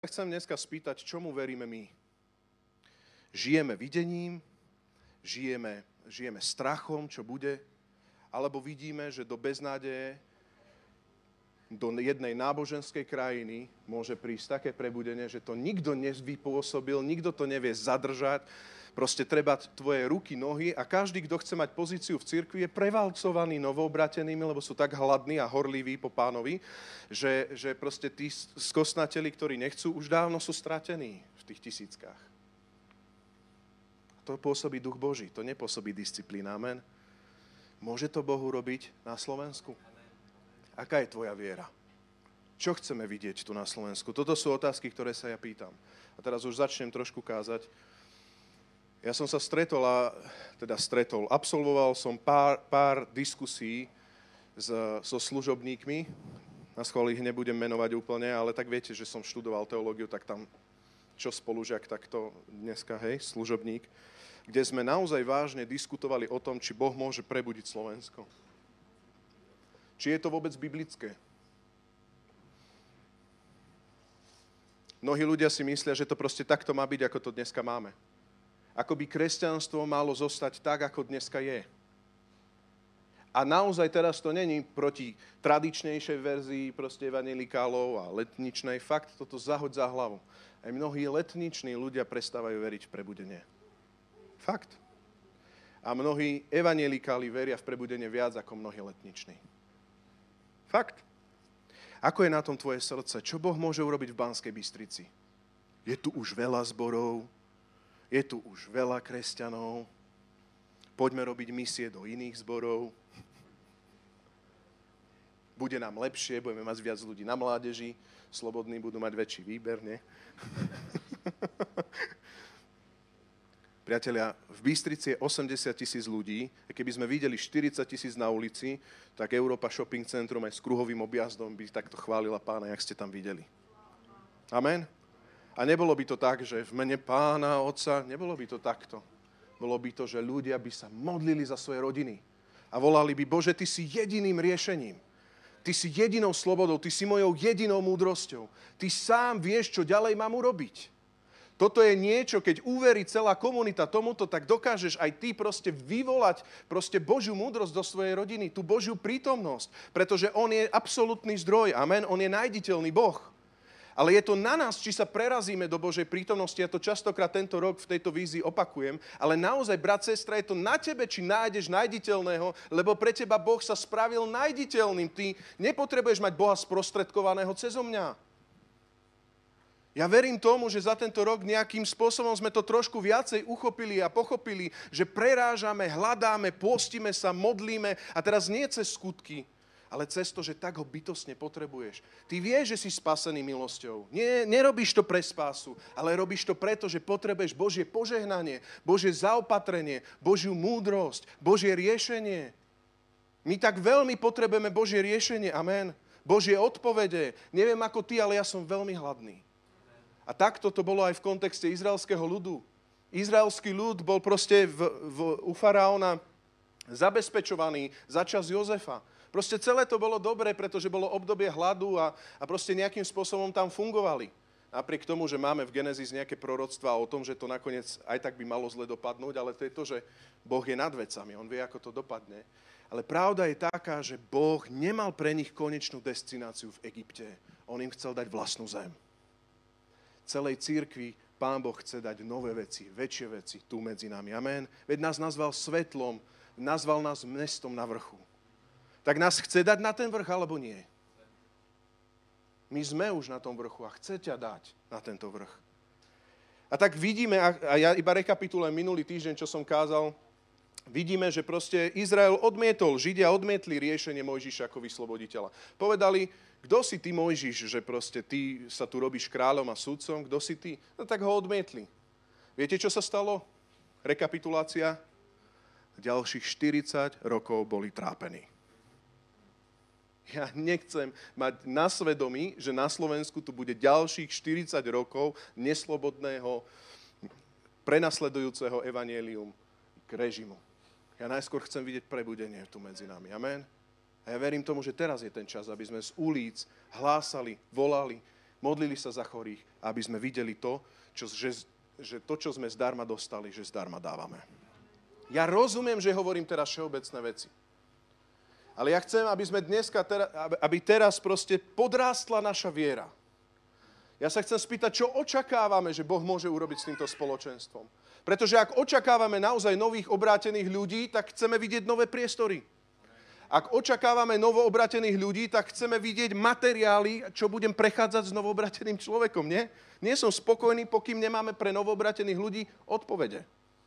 Chcem dneska spýtať, čomu veríme my. Žijeme videním, žijeme strachom, čo bude, alebo vidíme, že do beznádeje, do jednej náboženskej krajiny môže prísť také prebudenie, že to nikto nevypôsobil, nikto to nevie zadržať. Proste treba tvoje ruky, nohy a každý, kto chce mať pozíciu v cirkvi, je prevalcovaný novoobrátenými, lebo sú tak hladní a horliví po Pánovi, že proste tí skosnateli, ktorí nechcú, už dávno sú stratení v tých tisíckach. To pôsobí Duch Boží, to nepôsobí disciplína. Amen. Môže to Bohu robiť na Slovensku? Aká je tvoja viera? Čo chceme vidieť tu na Slovensku? Toto sú otázky, ktoré sa ja pýtam. A teraz už začnem trošku kázať. Ja som sa absolvoval som pár diskusí so služobníkmi. Na schvál ich nebudem menovať úplne, ale tak viete, že som študoval teológiu, tak tam čo spolužiak, tak to dneska, služobník, kde sme naozaj vážne diskutovali o tom, či Boh môže prebudiť Slovensko. Či je to vôbec biblické. Mnohí ľudia si myslia, že to proste takto má byť, ako to dneska máme. Ako by kresťanstvo malo zostať tak, ako dneska je. A naozaj teraz to není proti tradičnejšej verzii proste evanjelikálov a letničnej. Fakt, toto zahoď za hlavu. Aj mnohí letniční ľudia prestávajú veriť v prebudenie. Fakt. A mnohí evanjelikáli veria v prebudenie viac ako mnohí letniční. Fakt. Ako je na tom tvoje srdce? Čo Boh môže urobiť v Banskej Bystrici? Je tu už veľa zborov, je tu už veľa kresťanov, poďme robiť misie do iných zborov, bude nám lepšie, budeme mať viac ľudí na mládeži, slobodní budú mať väčší výber, nie? Priatelia, v Bystrici je 80 000 ľudí, a keby sme videli 40 000 na ulici, tak Európa Shopping Centrum aj s kruhovým objazdom by takto chválila Pána, jak ste tam videli. Amen? A nebolo by to tak, že v mene Pána, Otca, nebolo by to takto. Bolo by to, že ľudia by sa modlili za svoje rodiny a volali by, Bože, Ty si jediným riešením. Ty si jedinou slobodou, Ty si mojou jedinou múdrosťou. Ty sám vieš, čo ďalej mám urobiť. Toto je niečo, keď uverí celá komunita tomuto, tak dokážeš aj ty proste vyvolať proste Božiu múdrosť do svojej rodiny, tú Božiu prítomnosť, pretože on je absolútny zdroj, amen, on je nájditeľný Boh. Ale je to na nás, či sa prerazíme do Božej prítomnosti, ja to častokrát tento rok v tejto vízii opakujem, ale naozaj, brat, sestra, je to na tebe, či nájdeš nájditeľného, lebo pre teba Boh sa spravil nájditeľným. Ty nepotrebuješ mať Boha sprostredkovaného cezo mňa. Ja verím tomu, že za tento rok nejakým spôsobom sme to trošku viacej uchopili a pochopili, že prerážame, hľadáme, pôstime sa, modlíme a teraz nie cez skutky, ale cez to, že tak ho bytostne potrebuješ. Ty vieš, že si spasený milosťou. Nerobíš to pre spásu, ale robíš to preto, že potrebuješ Božie požehnanie, Božie zaopatrenie, Božiu múdrosť, Božie riešenie. My tak veľmi potrebujeme Božie riešenie, amen. Božie odpovede. Neviem ako ty, ale ja som veľmi hladný. A takto to bolo aj v kontexte izraelského ľudu. Izraelský ľud bol proste u faraóna zabezpečovaný za čas Jozefa. Proste celé to bolo dobré, pretože bolo obdobie hladu a proste nejakým spôsobom tam fungovali. Napriek tomu, že máme v Genesis nejaké proroctvá o tom, že to nakoniec aj tak by malo zle dopadnúť, ale to je to, že Boh je nad vecami, on vie, ako to dopadne. Ale pravda je taká, že Boh nemal pre nich konečnú destináciu v Egypte. On im chcel dať vlastnú zem. Celej cirkvi Pán Boh chce dať nové veci, väčšie veci tu medzi nami. Amen. Veď nás nazval svetlom, nazval nás mestom na vrchu. Tak nás chce dať na ten vrch, alebo nie? My sme už na tom vrchu a chce ťa dať na tento vrch. A tak vidíme, a ja iba rekapitulujem minulý týždeň, čo som kázal, vidíme, že proste Izrael odmietol, Židia odmietli riešenie Mojžiša ako vysloboditeľa. Povedali, kto si ty Mojžiš, že proste ty sa tu robíš kráľom a sudcom, kto si ty? No tak ho odmietli. Viete, čo sa stalo? Rekapitulácia. Ďalších 40 rokov boli trápení. Ja nechcem mať na svedomí, že na Slovensku tu bude ďalších 40 rokov neslobodného, prenasledujúceho evanjelium k režimu. Ja najskôr chcem vidieť prebudenie tu medzi nami. Amen. A ja verím tomu, že teraz je ten čas, aby sme z ulic hlásali, volali modlili sa za chorých, aby sme videli to, že to, čo sme zdarma dostali, že zdarma dávame. Ja rozumiem, že hovorím teraz všeobecné veci. Ale ja chcem, aby sme aby teraz proste podrástla naša viera. Ja sa chcem spýtať, čo očakávame, že Boh môže urobiť s týmto spoločenstvom. Pretože ak očakávame naozaj nových obrátených ľudí, tak chceme vidieť nové priestory. Ak očakávame novoobrátených ľudí, tak chceme vidieť materiály, čo budem prechádzať s novoobráteným človekom, nie? Nie som spokojný, pokým nemáme pre novoobrátených ľudí odpovede.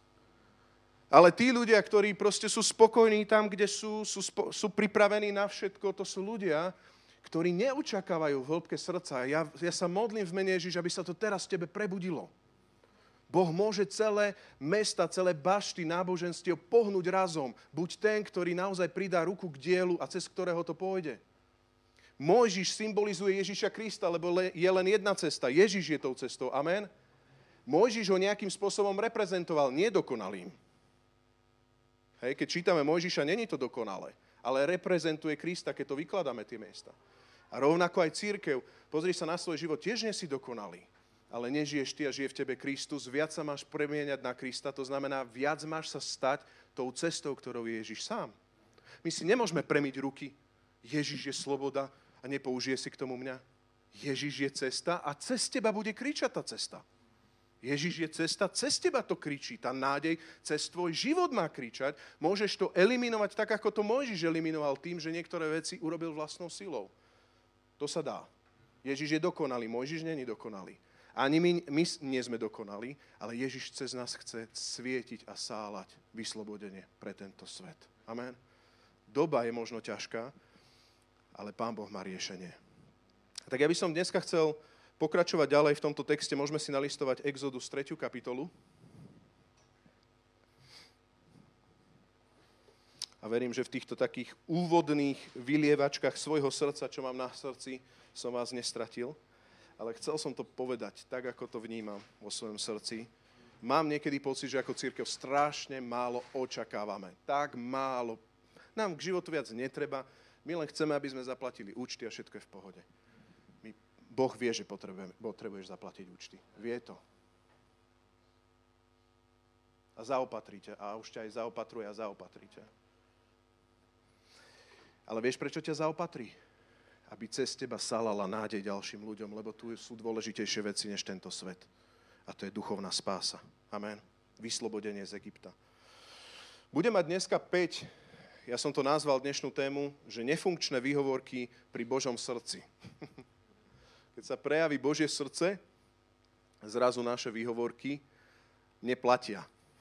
Ale tí ľudia, ktorí proste sú spokojní tam, kde sú pripravení na všetko, to sú ľudia, ktorí neočakávajú v hĺbke srdca. Ja sa modlím v mene Ježiš, aby sa to teraz v tebe prebudilo. Boh môže celé mesta, celé bašty náboženstiev pohnúť razom. Buď ten, ktorý naozaj pridá ruku k dielu a cez ktorého to pôjde. Mojžiš symbolizuje Ježiša Krista, lebo je len jedna cesta. Ježiš je tou cestou. Amen. Mojžiš ho nejakým spôsobom reprezentoval, nedokonalým. Hej, keď čítame Mojžiša, není to dokonalé, ale reprezentuje Krista, keď to vykladáme tie miesta. A rovnako aj cirkev, pozri sa na svoj život, tiež nie si dokonalý, ale nežiješ ty a žije v tebe Kristus, viac sa máš premieňať na Krista, to znamená, viac máš sa stať tou cestou, ktorou je Ježiš sám. My si nemôžeme premyť ruky, Ježiš je sloboda a nepoužije si k tomu mňa. Ježiš je cesta a cez teba bude kričať tá cesta. Ježiš je cesta, cez teba to kričí. Tá nádej cez tvoj život má kričať. Môžeš to eliminovať tak, ako to Mojžiš eliminoval tým, že niektoré veci urobil vlastnou silou. To sa dá. Ježiš je dokonalý, Mojžiš není dokonalý. Ani my nie sme dokonalí, ale Ježiš cez nás chce svietiť a sálať vyslobodenie pre tento svet. Amen. Doba je možno ťažká, ale Pán Boh má riešenie. Tak ja by som dneska chcel pokračovať ďalej v tomto texte. Môžeme si nalistovať Exodus 3. kapitolu. A verím, že v týchto takých úvodných vylievačkách svojho srdca, čo mám na srdci, som vás nestratil. Ale chcel som to povedať tak, ako to vnímam vo svojom srdci. Mám niekedy pocit, že ako cirkev strašne málo očakávame. Tak málo. Nám k životu viac netreba. My len chceme, aby sme zaplatili účty a všetko je v pohode. Boh vie, že potrebuješ zaplatiť účty. Vie to. A zaopatríte. A už ťa aj zaopatruje a zaopatríte. Ale vieš, prečo ťa zaopatrí? Aby cez teba salala nádej ďalším ľuďom, lebo tu sú dôležitejšie veci než tento svet. A to je duchovná spása. Amen. Vyslobodenie z Egypta. Budem mať dneska 5, ja som to nazval dnešnú tému, že nefunkčné výhovorky pri Božom srdci. Keď sa prejaví Božie srdce, zrazu naše výhovorky neplatia.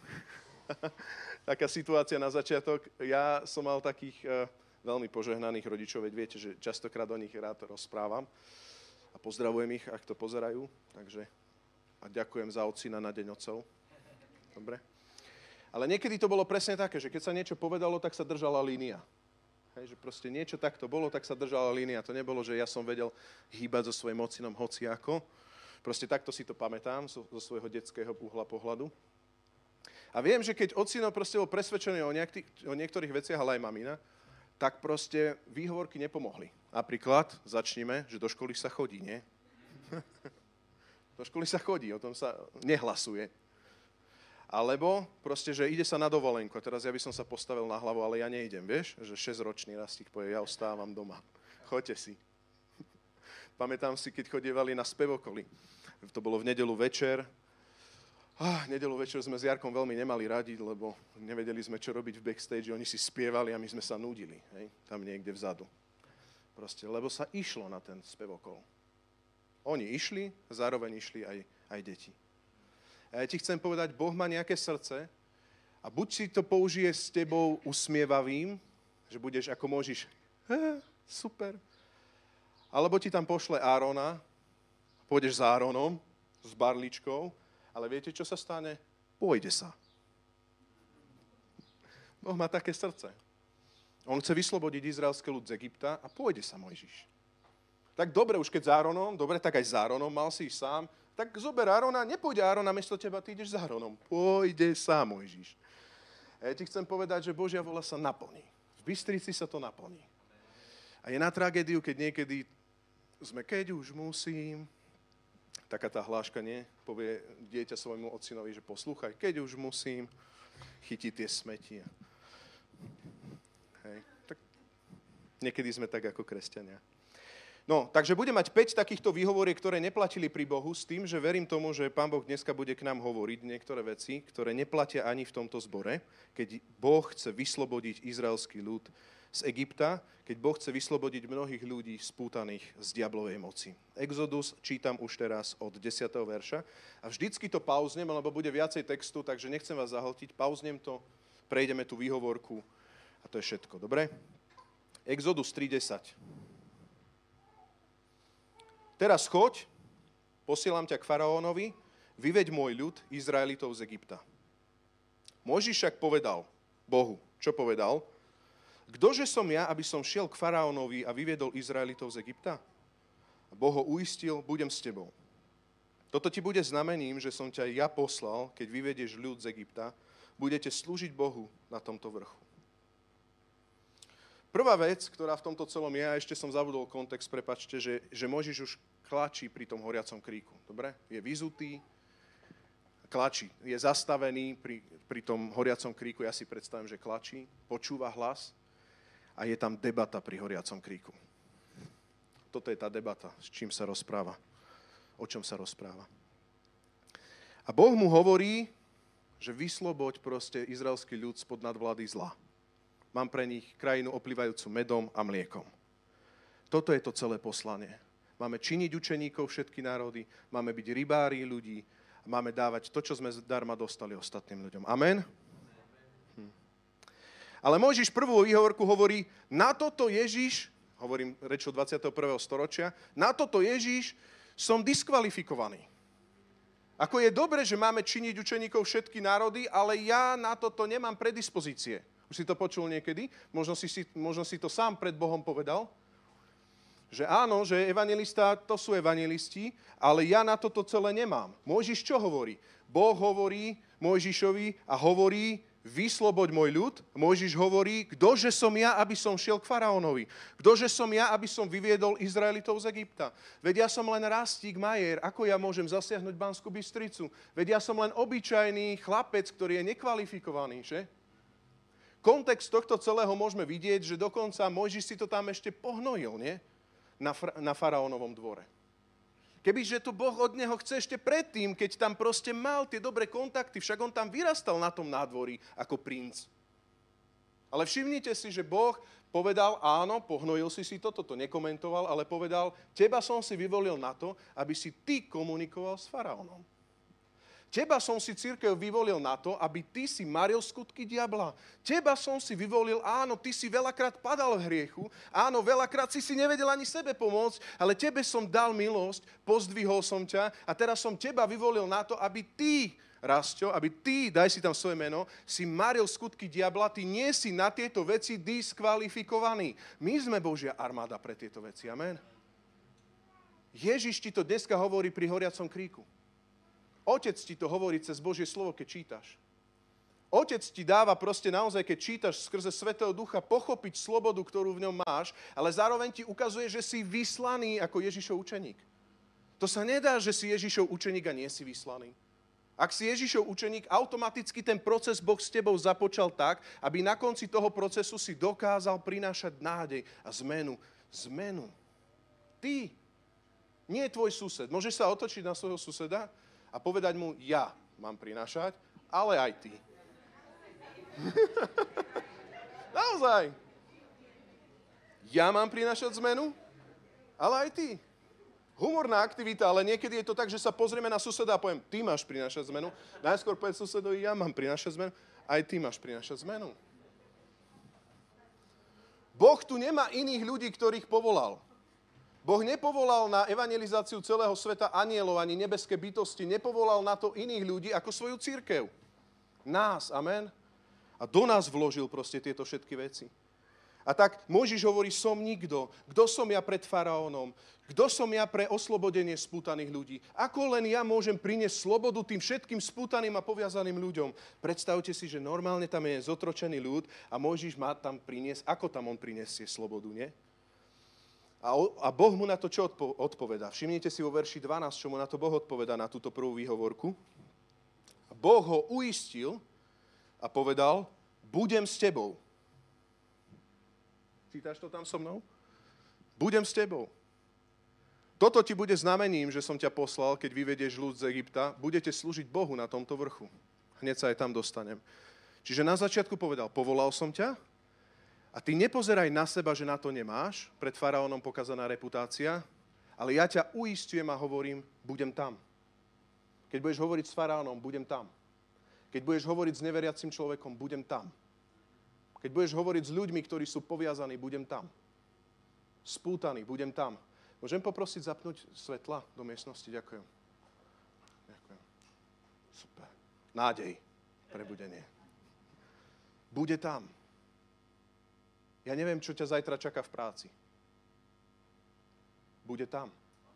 Taká situácia na začiatok. Ja som mal takých veľmi požehnaných rodičov, veď viete, že častokrát o nich rád rozprávam a pozdravujem ich, ak to pozerajú. Takže a ďakujem za otcina na deň otcov. Dobre. Ale niekedy to bolo presne také, že keď sa niečo povedalo, tak sa držala línia. Hej, že proste niečo takto bolo, tak sa držala línia. To nebolo, že ja som vedel hýbať so svojím ocinom hociako. Proste takto si to pamätám zo svojho detského uhla pohľadu. A viem, že keď ocino proste bol presvedčený o niektorých veciach, ale aj mamina, tak proste výhovorky nepomohli. Napríklad, začnime, že do školy sa chodí, nie? Do školy sa chodí, o tom sa nehlasuje. Alebo proste, že ide sa na dovolenku. A teraz ja by som sa postavil na hlavu, ale ja neidem, vieš? Že 6-ročný Rastík povie, ja ostávam doma. Choďte si. Pamätám si, keď chodievali na spevokoly. To bolo v nedeľu večer. Nedeľu večer sme s Jarkom veľmi nemali radi, lebo nevedeli sme, čo robiť v backstage. Oni si spievali a my sme sa nudili. Hej? Tam niekde vzadu. Proste, lebo sa išlo na ten spevokol. Oni išli, zároveň išli aj deti. A ja ti chcem povedať, Boh má nejaké srdce a buď si to použije s tebou usmievavým, že budeš ako Mojžiš, super, alebo ti tam pošle Árona, pôjdeš s Áronom, s barličkou, ale viete, čo sa stane? Pôjde sa. Boh má také srdce. On chce vyslobodiť izraelské ľud z Egypta a pôjde sa Mojžiš. Tak dobre, už keď s Áronom, dobre, tak aj s Áronom, mal si ísť sám, tak zober Árona, nepôjde Áron namiesto teba, ty ideš s Áronom. Pôjde sám Mojžiš. A ja ti chcem povedať, že Božia vôľa sa naplní. V Bystrici sa to naplní. A je na tragédiu, keď niekedy sme, keď už musím, taká tá hláška, nie? Povie dieťa svojmu otcinovi, že poslúchaj, keď už musím chytiť tie smeti. Hej. Tak niekedy sme tak ako kresťania. No, takže budem mať 5 takýchto výhovoriek, ktoré neplatili pri Bohu, s tým, že verím tomu, že Pán Boh dneska bude k nám hovoriť niektoré veci, ktoré neplatia ani v tomto zbore, keď Boh chce vyslobodiť izraelský ľud z Egypta, keď Boh chce vyslobodiť mnohých ľudí spútaných z diablovej moci. Exodus čítam už teraz od 10. verša a vždycky to pauznem, lebo bude viacej textu, takže nechcem vás zahltiť, pauznem to, prejdeme tú výhovorku a to je všetko, dobre? Exodus 3:10. Teraz choď, posielam ťa k faraónovi, vyveď môj ľud, Izraelitov z Egypta. Mojžiš však povedal Bohu, čo povedal? Kdože som ja, aby som šiel k faraónovi a vyviedol Izraelitov z Egypta? Boh ho uistil, budem s tebou. Toto ti bude znamením, že som ťa ja poslal, keď vyvedieš ľud z Egypta, budete slúžiť Bohu na tomto vrchu. Prvá vec, ktorá v tomto celom je, a ešte som zabudol kontext, prepáčte, že Mojžiš už klačí pri tom horiacom kríku. Dobre? Je vyzutý, klačí. Je zastavený pri tom horiacom kríku, ja si predstavím, že klačí, počúva hlas a je tam debata pri horiacom kríku. Toto je tá debata, s čím sa rozpráva. O čom sa rozpráva. A Boh mu hovorí, že vysloboď proste izraelský ľud spod nadvlády zla. Mám pre nich krajinu oplývajúcu medom a mliekom. Toto je to celé poslanie. Máme činiť učeníkov všetky národy, máme byť rybári ľudí, máme dávať to, čo sme zdarma dostali ostatným ľuďom. Amen? Ale Mojžiš prvú výhovorku hovorí, na toto Ježiš, hovorím rečou 21. storočia, na toto Ježiš som diskvalifikovaný. Ako je dobre, že máme činiť učeníkov všetky národy, ale ja na toto nemám predispozície. Už si to počul niekedy? Možno si to sám pred Bohom povedal? Že áno, že evanjelista, to sú evanjelisti, ale ja na toto celé nemám. Mojžiš čo hovorí? Boh hovorí Mojžišovi a hovorí, vysloboď môj ľud. Mojžiš hovorí, kdože som ja, aby som šiel k faraónovi? Kdože som ja, aby som vyviedol Izraelitov z Egypta? Veď ja som len Rastík Majer, ako ja môžem zasiahnuť Banskú Bystricu? Veď ja som len obyčajný chlapec, ktorý je nekvalifikovaný, že? Kontext tohto celého môžeme vidieť, že dokonca Mojžiš si to tam ešte pohnojil, nie? Na faraónovom dvore. Kebyže to Boh od neho chce ešte predtým, keď tam proste mal tie dobré kontakty, však on tam vyrastal na tom nádvorí ako princ. Ale všimnite si, že Boh povedal, áno, pohnojil si to, toto nekomentoval, ale povedal, teba som si vyvolil na to, aby si ty komunikoval s faraónom. Teba som si, cirkev, vyvolil na to, aby ty si maril skutky diabla. Teba som si vyvolil, áno, ty si veľakrát padal v hriechu, áno, veľakrát si nevedel ani sebe pomôcť, ale tebe som dal milosť, pozdvihol som ťa a teraz som teba vyvolil na to, aby ty, Rasťo, aby ty, daj si tam svoje meno, si maril skutky diabla, ty nie si na tieto veci diskvalifikovaný. My sme Božia armáda pre tieto veci, amen. Ježiš ti to dneska hovorí pri horiacom kríku. Otec ti to hovorí cez Božie slovo, keď čítaš. Otec ti dáva proste naozaj, keď čítaš skrze Svätého Ducha, pochopiť slobodu, ktorú v ňom máš, ale zároveň ti ukazuje, že si vyslaný ako Ježišov učeník. To sa nedá, že si Ježišov učeník a nie si vyslaný. Ak si Ježišov učeník, automaticky ten proces Boh s tebou započal tak, aby na konci toho procesu si dokázal prinášať nádej a zmenu. Zmenu. Ty. Nie je tvoj sused. Môžeš sa otočiť na svojho suseda a povedať mu, ja mám prinášať, ale aj ty. Naozaj. Ja mám prinášať zmenu, ale aj ty. Humorná aktivita, ale niekedy je to tak, že sa pozrieme na suseda a poviem, ty máš prinášať zmenu. Najskôr poviem susedovi, ja mám prinášať zmenu, aj ty máš prinášať zmenu. Boh tu nemá iných ľudí, ktorých povolal. Boh nepovolal na evangelizáciu celého sveta anielov ani nebeské bytosti, nepovolal na to iných ľudí ako svoju cirkev. Nás, amen. A do nás vložil proste tieto všetky veci. A tak Mojžiš hovorí, som nikto. Kto som ja pred faraónom? Kto som ja pre oslobodenie spútaných ľudí? Ako len ja môžem priniesť slobodu tým všetkým spútaným a poviazaným ľuďom? Predstavte si, že normálne tam je zotročený ľud a Mojžiš má tam priniesť, ako tam on prinesie slobodu, nie? A Boh mu na to čo odpovedá? Všimnite si vo verši 12, čo mu na to Boh odpovedá, na túto prvú výhovorku. A Boh ho uistil a povedal, budem s tebou. Čítaš to tam so mnou? Budem s tebou. Toto ti bude znamením, že som ťa poslal, keď vyvedieš ľud z Egypta. Budete slúžiť Bohu na tomto vrchu. Hneď sa aj tam dostanem. Čiže na začiatku povedal, povolal som ťa a ty nepozeraj na seba, že na to nemáš, pred faraónom pokazaná reputácia, ale ja ťa uisťujem a hovorím, budem tam. Keď budeš hovoriť s faraónom, budem tam. Keď budeš hovoriť s neveriacim človekom, budem tam. Keď budeš hovoriť s ľuďmi, ktorí sú poviazaní, budem tam. Spútaní, budem tam. Môžem poprosiť zapnúť svetla do miestnosti? Ďakujem. Ďakujem. Super. Nádej. Prebudenie. Bude tam. Ja neviem, čo ťa zajtra čaká v práci. Bude tam.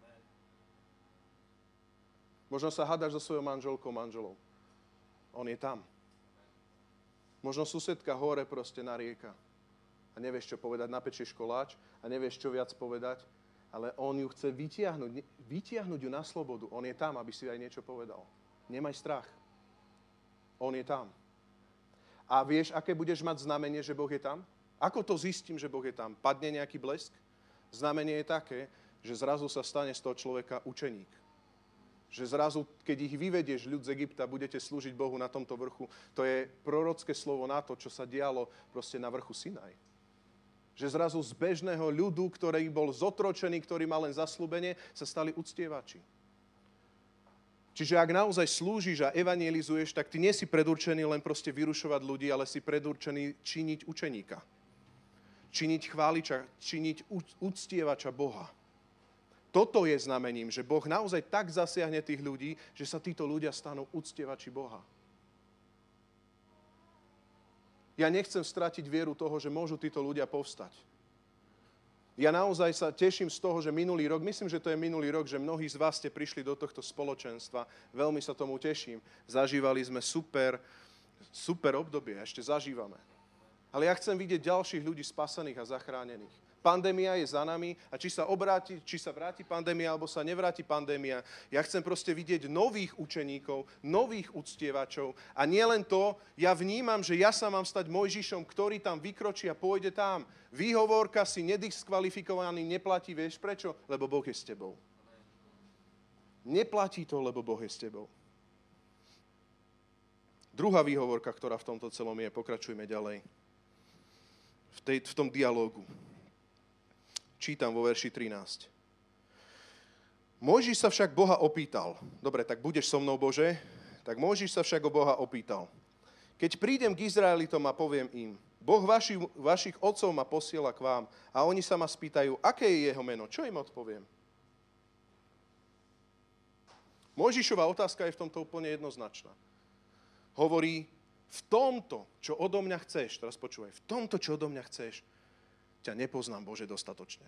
Možno sa hádaš so svojou manželkou, manželou. On je tam. Možno susedka hore proste narieka. A nevieš, čo povedať, napečieš koláč a nevieš, čo viac povedať, ale on ju chce vytiahnuť ju na slobodu. On je tam, aby si aj niečo povedal. Nemaj strach. On je tam. A vieš, aké budeš mať znamenie, že Boh je tam? Ako to zistím, že Boh je tam? Padne nejaký blesk? Znamenie je také, že zrazu sa stane z toho človeka učeník. Že zrazu, keď ich vyvedieš ľud z Egypta, budete slúžiť Bohu na tomto vrchu. To je prorocké slovo na to, čo sa dialo proste na vrchu Sinaj. Že zrazu z bežného ľudu, ktorý bol zotročený, ktorý mal len zasľúbenie, sa stali uctievači. Čiže ak naozaj slúžiš a evangelizuješ, tak ty nie si predurčený len proste vyrušovať ľudí, ale si predurčený činiť učeníka. Činiť chváliča, činiť uctievača Boha. Toto je znamením, že Boh naozaj tak zasiahne tých ľudí, že sa títo ľudia stanú uctievači Boha. Ja nechcem stratiť vieru toho, že môžu títo ľudia povstať. Ja naozaj sa teším z toho, že minulý rok, myslím, že to je minulý rok, že mnohí z vás ste prišli do tohto spoločenstva. Veľmi sa tomu teším. Zažívali sme super obdobie, ešte zažívame. Ale ja chcem vidieť ďalších ľudí spasených a zachránených. Pandémia je za nami a či sa vráti pandémia, alebo sa nevráti pandémia. Ja chcem proste vidieť nových učeníkov, nových uctievačov. A nie len to, ja vnímam, že ja sa mám stať Mojžišom, ktorý tam vykročí a pôjde tam. Výhovorka si nediskvalifikovaný neplatí, vieš prečo? Lebo Boh je s tebou. Neplatí to, lebo Boh je s tebou. Druhá výhovorka, ktorá v tomto celom je, pokračujme ďalej. V tom dialógu. Čítam vo verši 13. Mojžiš sa však Boha opýtal. Dobre, tak budeš so mnou, Bože? Tak Mojžiš sa však o Boha opýtal. Keď prídem k Izraelitom a poviem im, Boh vašich otcov ma posiela k vám a oni sa ma spýtajú, aké je jeho meno, čo im odpoviem? Mojžišova otázka je v tomto úplne jednoznačná. Hovorí, v tomto, čo odo mňa chceš, teraz počúvaj, v tomto, čo odo mňa chceš, ťa nepoznám, Bože, dostatočne.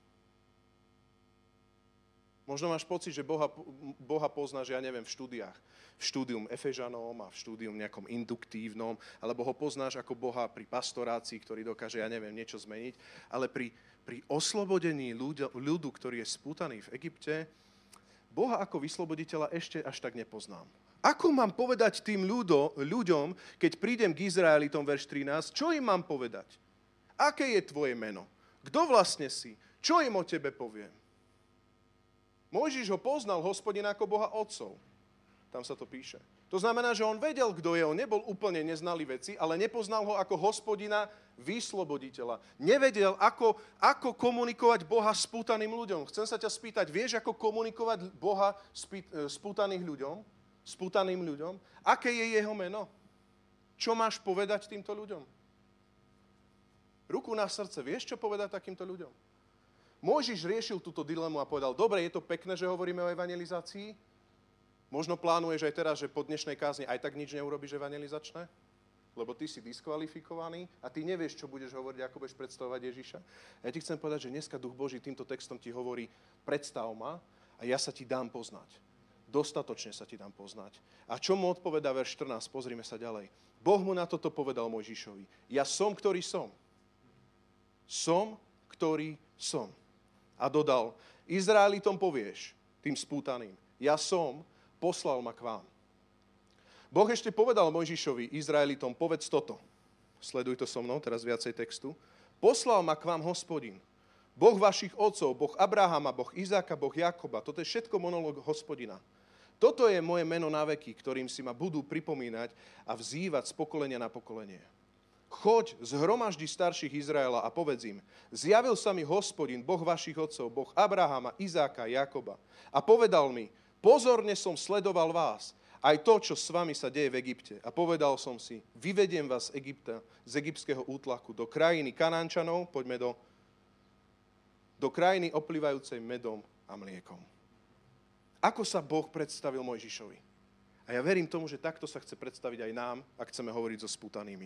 Možno máš pocit, že Boha poznáš, ja neviem, v štúdiách. V štúdium Efežanom a v štúdium nejakom induktívnom, alebo ho poznáš ako Boha pri pastorácii, ktorý dokáže, ja neviem, niečo zmeniť, ale pri oslobodení ľudu, ktorý je spútaný v Egypte, Boha ako vysloboditeľa ešte až tak nepoznám. Ako mám povedať tým ľuďom, keď prídem k Izraelitom, verš 13, čo im mám povedať? Aké je tvoje meno? Kto vlastne si? Čo im o tebe poviem? Mojžiš ho poznal, Hospodina, ako Boha otcov. Tam sa to píše. To znamená, že on vedel, kto je. On nebol úplne neznalý veci, ale nepoznal ho ako Hospodina, vysloboditeľa. Nevedel, ako komunikovať Boha spútaným ľuďom. Chcem sa ťa spýtať, vieš, ako komunikovať Boha spútaným ľuďom? Aké je jeho meno? Čo máš povedať týmto ľuďom? Ruku na srdce, vieš, čo povedať takýmto ľuďom? Mojžiš riešil túto dilemu a povedal, dobre, je to pekné, že hovoríme o evangelizácii, možno plánuješ aj teraz, že po dnešnej kázni aj tak nič neurobíš evangelizačné, lebo ty si diskvalifikovaný a ty nevieš, čo budeš hovoriť, ako budeš predstavovať Ježiša. Ja ti chcem povedať, že dneska Duch Boží týmto textom ti hovorí, predstav ma a ja sa ti dám poznať. Dostatočne sa ti dám poznať. A čo mu odpovedá verš 14? Pozrime sa ďalej. Boh mu na toto povedal Mojžišovi. Ja som, ktorý som. Som, ktorý som. A dodal, Izraelitom povieš, tým spútaným, ja som, poslal ma k vám. Boh ešte povedal Mojžišovi, Izraelitom, povedz toto. Sleduj to so mnou, teraz viacej textu. Poslal ma k vám Hospodin, Boh vašich otcov, Boh Abrahama, Boh Izáka, Boh Jakoba. Toto je všetko monológ Hospodina. Toto je moje meno na veky, ktorým si ma budú pripomínať a vzývať z pokolenia na pokolenie. Choď, zhromaždi starších Izraela a povedz im, zjavil sa mi Hospodin, Boh vašich otcov, Boh Abrahama, Izáka, Jakoba. A povedal mi, pozorne som sledoval vás, aj to, čo s vami sa deje v Egypte. A povedal som si, vyvediem vás z Egypta, z egyptského útlaku, do krajiny Kanánčanov, poďme do krajiny oplývajúcej medom a mliekom. Ako sa Boh predstavil Mojžišovi? A ja verím tomu, že takto sa chce predstaviť aj nám, ak chceme hovoriť so spútanými.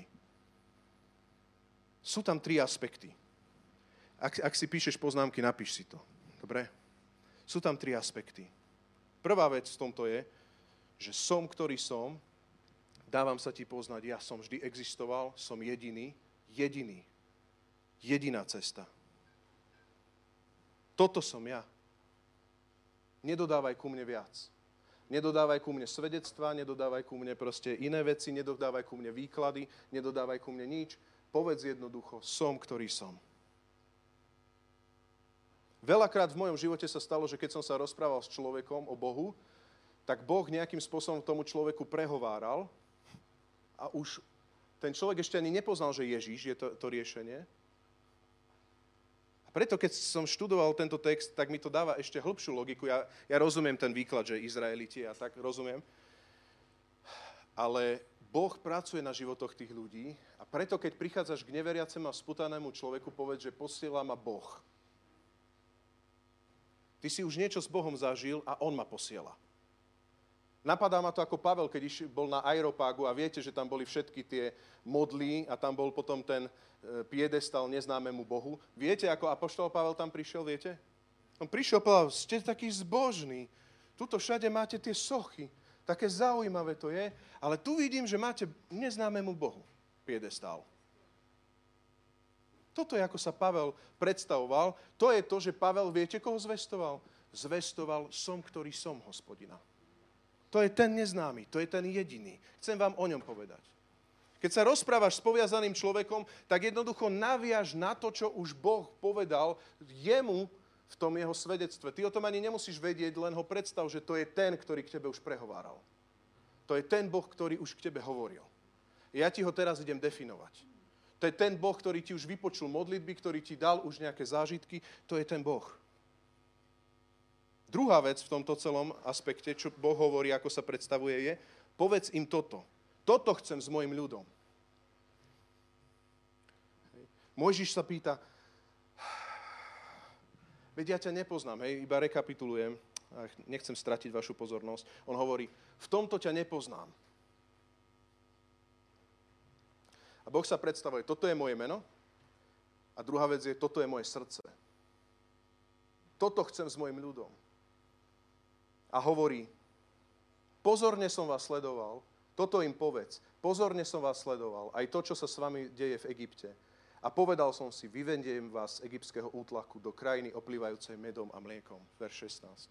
Sú tam 3 aspekty. Ak si píšeš poznámky, napíš si to. Dobre? Sú tam 3 aspekty. Prvá vec v tomto je, že som, ktorý som, dávam sa ti poznať, ja som vždy existoval, som jediný, jediná cesta. Toto som ja. Nedodávaj ku mne viac. Nedodávaj ku mne svedectvá, nedodávaj ku mne proste iné veci, nedodávaj ku mne výklady, nedodávaj ku mne nič. Povedz jednoducho, som, ktorý som. Veľakrát v mojom živote sa stalo, že keď som sa rozprával s človekom o Bohu, tak Boh nejakým spôsobom tomu človeku prehováral a už ten človek ešte ani nepoznal, že Ježiš je to riešenie. A preto, keď som študoval tento text, tak mi to dáva ešte hlbšiu logiku. Ja rozumiem ten výklad, že Izraeliti a tak rozumiem. Ale Boh pracuje na životoch tých ľudí a preto, keď prichádzaš k neveriacemu a sputanému človeku, povedz, že posiela ma Boh. Ty si už niečo s Bohom zažil a on ma posiela. Napadá ma to ako Pavel, keď bol na Areopágu a viete, že tam boli všetky tie modly a tam bol potom ten piedestal neznámemu Bohu. Viete, ako apoštol Pavel tam prišiel, viete? On prišiel a povedal, ste takí zbožní, tuto všade máte tie sochy, také zaujímavé to je, ale tu vidím, že máte neznámemu Bohu piedestal. Toto je, ako sa Pavel predstavoval, to je to, že Pavel, viete, koho zvestoval? Zvestoval som, ktorý som, Hospodina. To je ten neznámy, to je ten jediný. Chcem vám o ňom povedať. Keď sa rozprávaš s poviazaným človekom, tak jednoducho naviaž na to, čo už Boh povedal jemu v tom jeho svedectve. Ty o tom ani nemusíš vedieť, len ho predstav, že to je ten, ktorý k tebe už prehováral. To je ten Boh, ktorý už k tebe hovoril. Ja ti ho teraz idem definovať. To je ten Boh, ktorý ti už vypočul modlitby, ktorý ti dal už nejaké zážitky. To je ten Boh. Druhá vec v tomto celom aspekte, čo Boh hovorí, ako sa predstavuje, je, povedz im toto. Toto chcem s mojim ľudom. Mojžiš sa pýta, veď ja ťa nepoznám, iba rekapitulujem, nechcem stratiť vašu pozornosť. On hovorí, v tomto ťa nepoznám. A Boh sa predstavuje, toto je moje meno a druhá vec je, toto je moje srdce. Toto chcem s mojim ľudom. A hovorí, pozorne som vás sledoval, toto im povedz, pozorne som vás sledoval, aj to, čo sa s vami deje v Egypte. A povedal som si, vyvediem vás z egyptského útlaku do krajiny oplývajúcej medom a mliekom. Verš 16.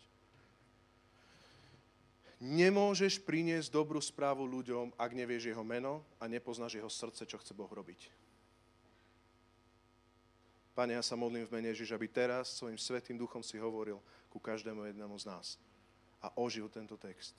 Nemôžeš priniesť dobrú správu ľuďom, ak nevieš jeho meno a nepoznáš jeho srdce, čo chce Boh robiť. Pane, ja sa modlím v mene Ježiš, aby teraz svojim svätým duchom si hovoril ku každému jednému z nás a ožil tento text.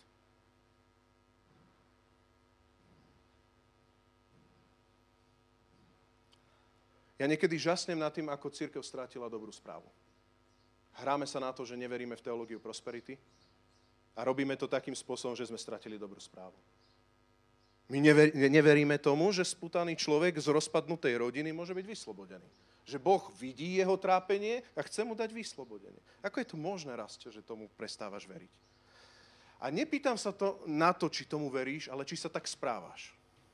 Ja niekedy žasnem nad tým, ako cirkev strátila dobrú správu. Hráme sa na to, že neveríme v teológiu prosperity a robíme to takým spôsobom, že sme stratili dobrú správu. My neveríme tomu, že spútaný človek z rozpadnutej rodiny môže byť vyslobodený. Že Boh vidí jeho trápenie a chce mu dať vyslobodenie. Ako je to možné, Rastio, že tomu prestávaš veriť? A nepýtam sa to na to, či tomu veríš, ale či sa tak správaš.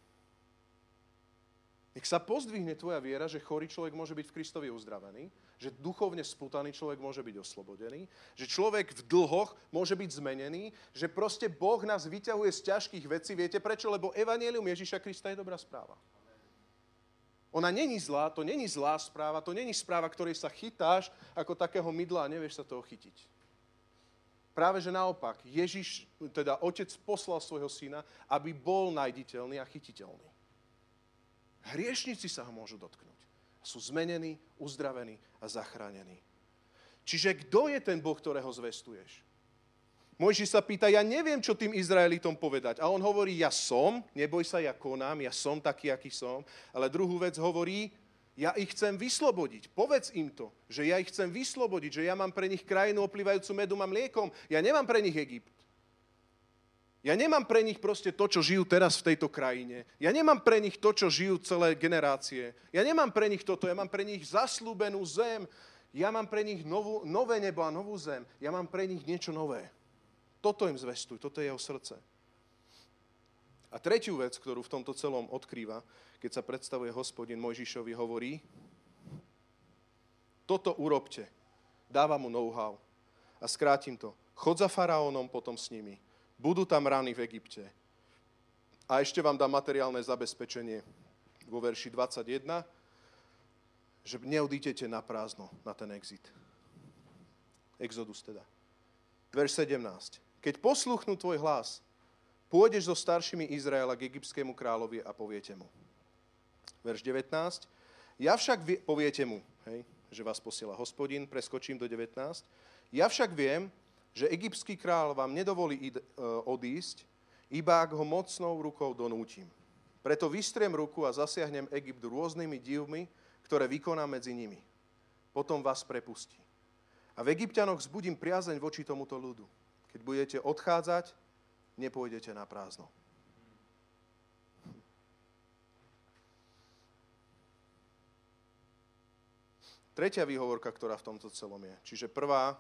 Nech sa pozdvihne tvoja viera, že chorý človek môže byť v Kristovi uzdravený, že duchovne spútaný človek môže byť oslobodený, že človek v dlhoch môže byť zmenený, že proste Boh nás vyťahuje z ťažkých vecí. Viete prečo? Lebo evanjelium Ježiša Krista je dobrá správa. Ona není zlá, to není zlá správa, to není správa, ktorej sa chytáš ako takého mydla a nevieš sa toho chytiť. Práve že naopak, Ježiš, teda Otec poslal svojho syna, aby bol najditeľný a chytiteľný. Hriešnici sa ho môžu dotknúť. Sú zmenení, uzdravení a zachránení. Čiže kto je ten Boh, ktorého zvestuješ? Mojžiš sa pýta, ja neviem, čo tým Izraelitom povedať. A on hovorí, ja som, neboj sa, ja konám, ja som taký, aký som. Ale druhú vec hovorí, ja ich chcem vyslobodiť. Povedz im to, že ja ich chcem vyslobodiť, že ja mám pre nich krajinu oplývajúcu medom a mliekom. Ja nemám pre nich Egypt. Ja nemám pre nich proste to, čo žijú teraz v tejto krajine. Ja nemám pre nich to, čo žijú celé generácie. Ja nemám pre nich toto, ja mám pre nich zaslúbenú zem. Ja mám pre nich nové nebo a novú zem. Ja mám pre nich niečo nové. Toto im zvestuj, toto je jeho srdce. A tretiu vec, ktorú v tomto celom odkrýva, keď sa predstavuje Hospodin Mojžišovi, hovorí, toto urobte, dáva mu know-how. A skrátim to, chod za faraónom potom s nimi. Budú tam rany v Egypte. A ešte vám dám materiálne zabezpečenie vo verši 21, že neodídete na prázdno na ten exit. Exodus teda. Verš 17. Keď posluchnú tvoj hlas, pôjdeš so staršími Izraela k egyptskému kráľovi a poviete mu. Verš 19. Poviete mu, hej, že vás posiela Hospodin, preskočím do 19. Ja však viem, že egyptský kráľ vám nedovolí odísť, iba ak ho mocnou rukou donútim. Preto vystriem ruku a zasiahnem Egypt rôznymi divmi, ktoré vykonám medzi nimi. Potom vás prepustí. A v Egypťanoch vzbudím priazeň voči tomuto ľudu. Keď budete odchádzať, nepôjdete na prázdno. Tretia výhovorka, ktorá v tomto celom je. Čiže prvá,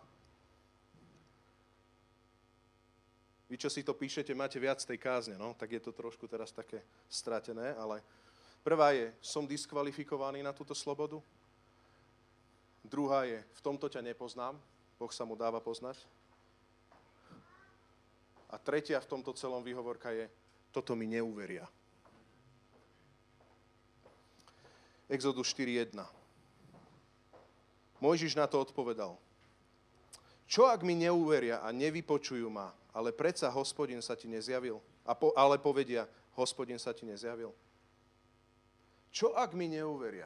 vy, čo si to píšete, máte viac tej kázne, no? Tak je to trošku teraz také stratené, ale prvá je, som diskvalifikovaný na túto slobodu. Druhá je, v tomto ťa nepoznám, Boh sa mu dáva poznať. A tretia v tomto celom výhovorka je, toto mi neuveria. Exodus 4.1. Mojžiš na to odpovedal. Čo ak mi neuveria a nevypočujú ma, ale predsa Hospodin sa ti nezjavil? Ale povedia, Hospodin sa ti nezjavil. Čo ak mi neuveria?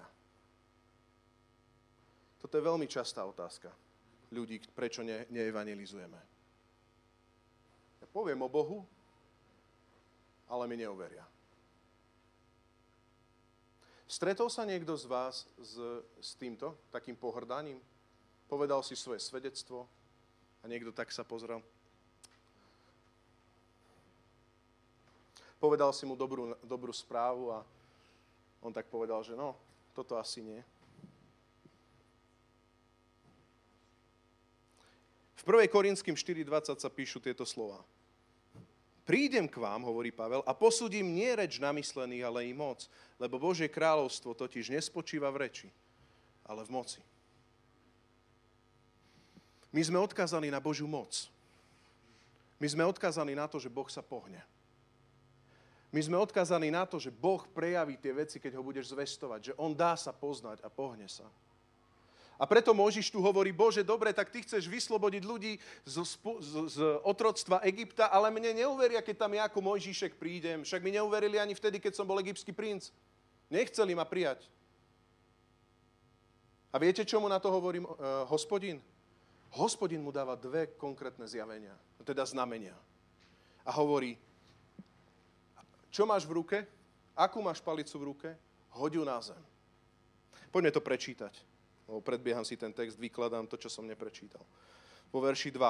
Toto je veľmi častá otázka ľudí, prečo neevangelizujeme. Ja poviem o Bohu, ale mi neuveria. Stretol sa niekto z vás s týmto, takým pohrdaním? Povedal si svoje svedectvo a niekto tak sa pozrel? Povedal si mu dobrú správu a on tak povedal, že no, toto asi nie. V 1. Korinským 4.20 sa píšu tieto slova. Prídem k vám, hovorí Pavel, a posúdim nie reč namyslených, ale i moc, lebo Božie kráľovstvo totiž nespočíva v reči, ale v moci. My sme odkázaní na Božiu moc. My sme odkázaní na to, že Boh sa pohne. My sme odkázaní na to, že Boh prejaví tie veci, keď ho budeš zvestovať, že on dá sa poznať a pohne sa. A preto Mojžiš tu hovorí, Bože, dobre, tak ty chceš vyslobodiť ľudí z otroctva Egypta, ale mne neuveria, keď tam ja ako Mojžišek prídem. Však mi neuverili ani vtedy, keď som bol egyptský princ. Nechceli ma prijať. A viete, čo mu na to hovorí Hospodin? Hospodin mu dáva dve konkrétne zjavenia, teda znamenia. A hovorí, čo máš v ruke? Akú máš palicu v ruke? Hoď ju na zem. Poďme to prečítať. Predbieham si ten text, vykladám to, čo som neprečítal. Po verši 2.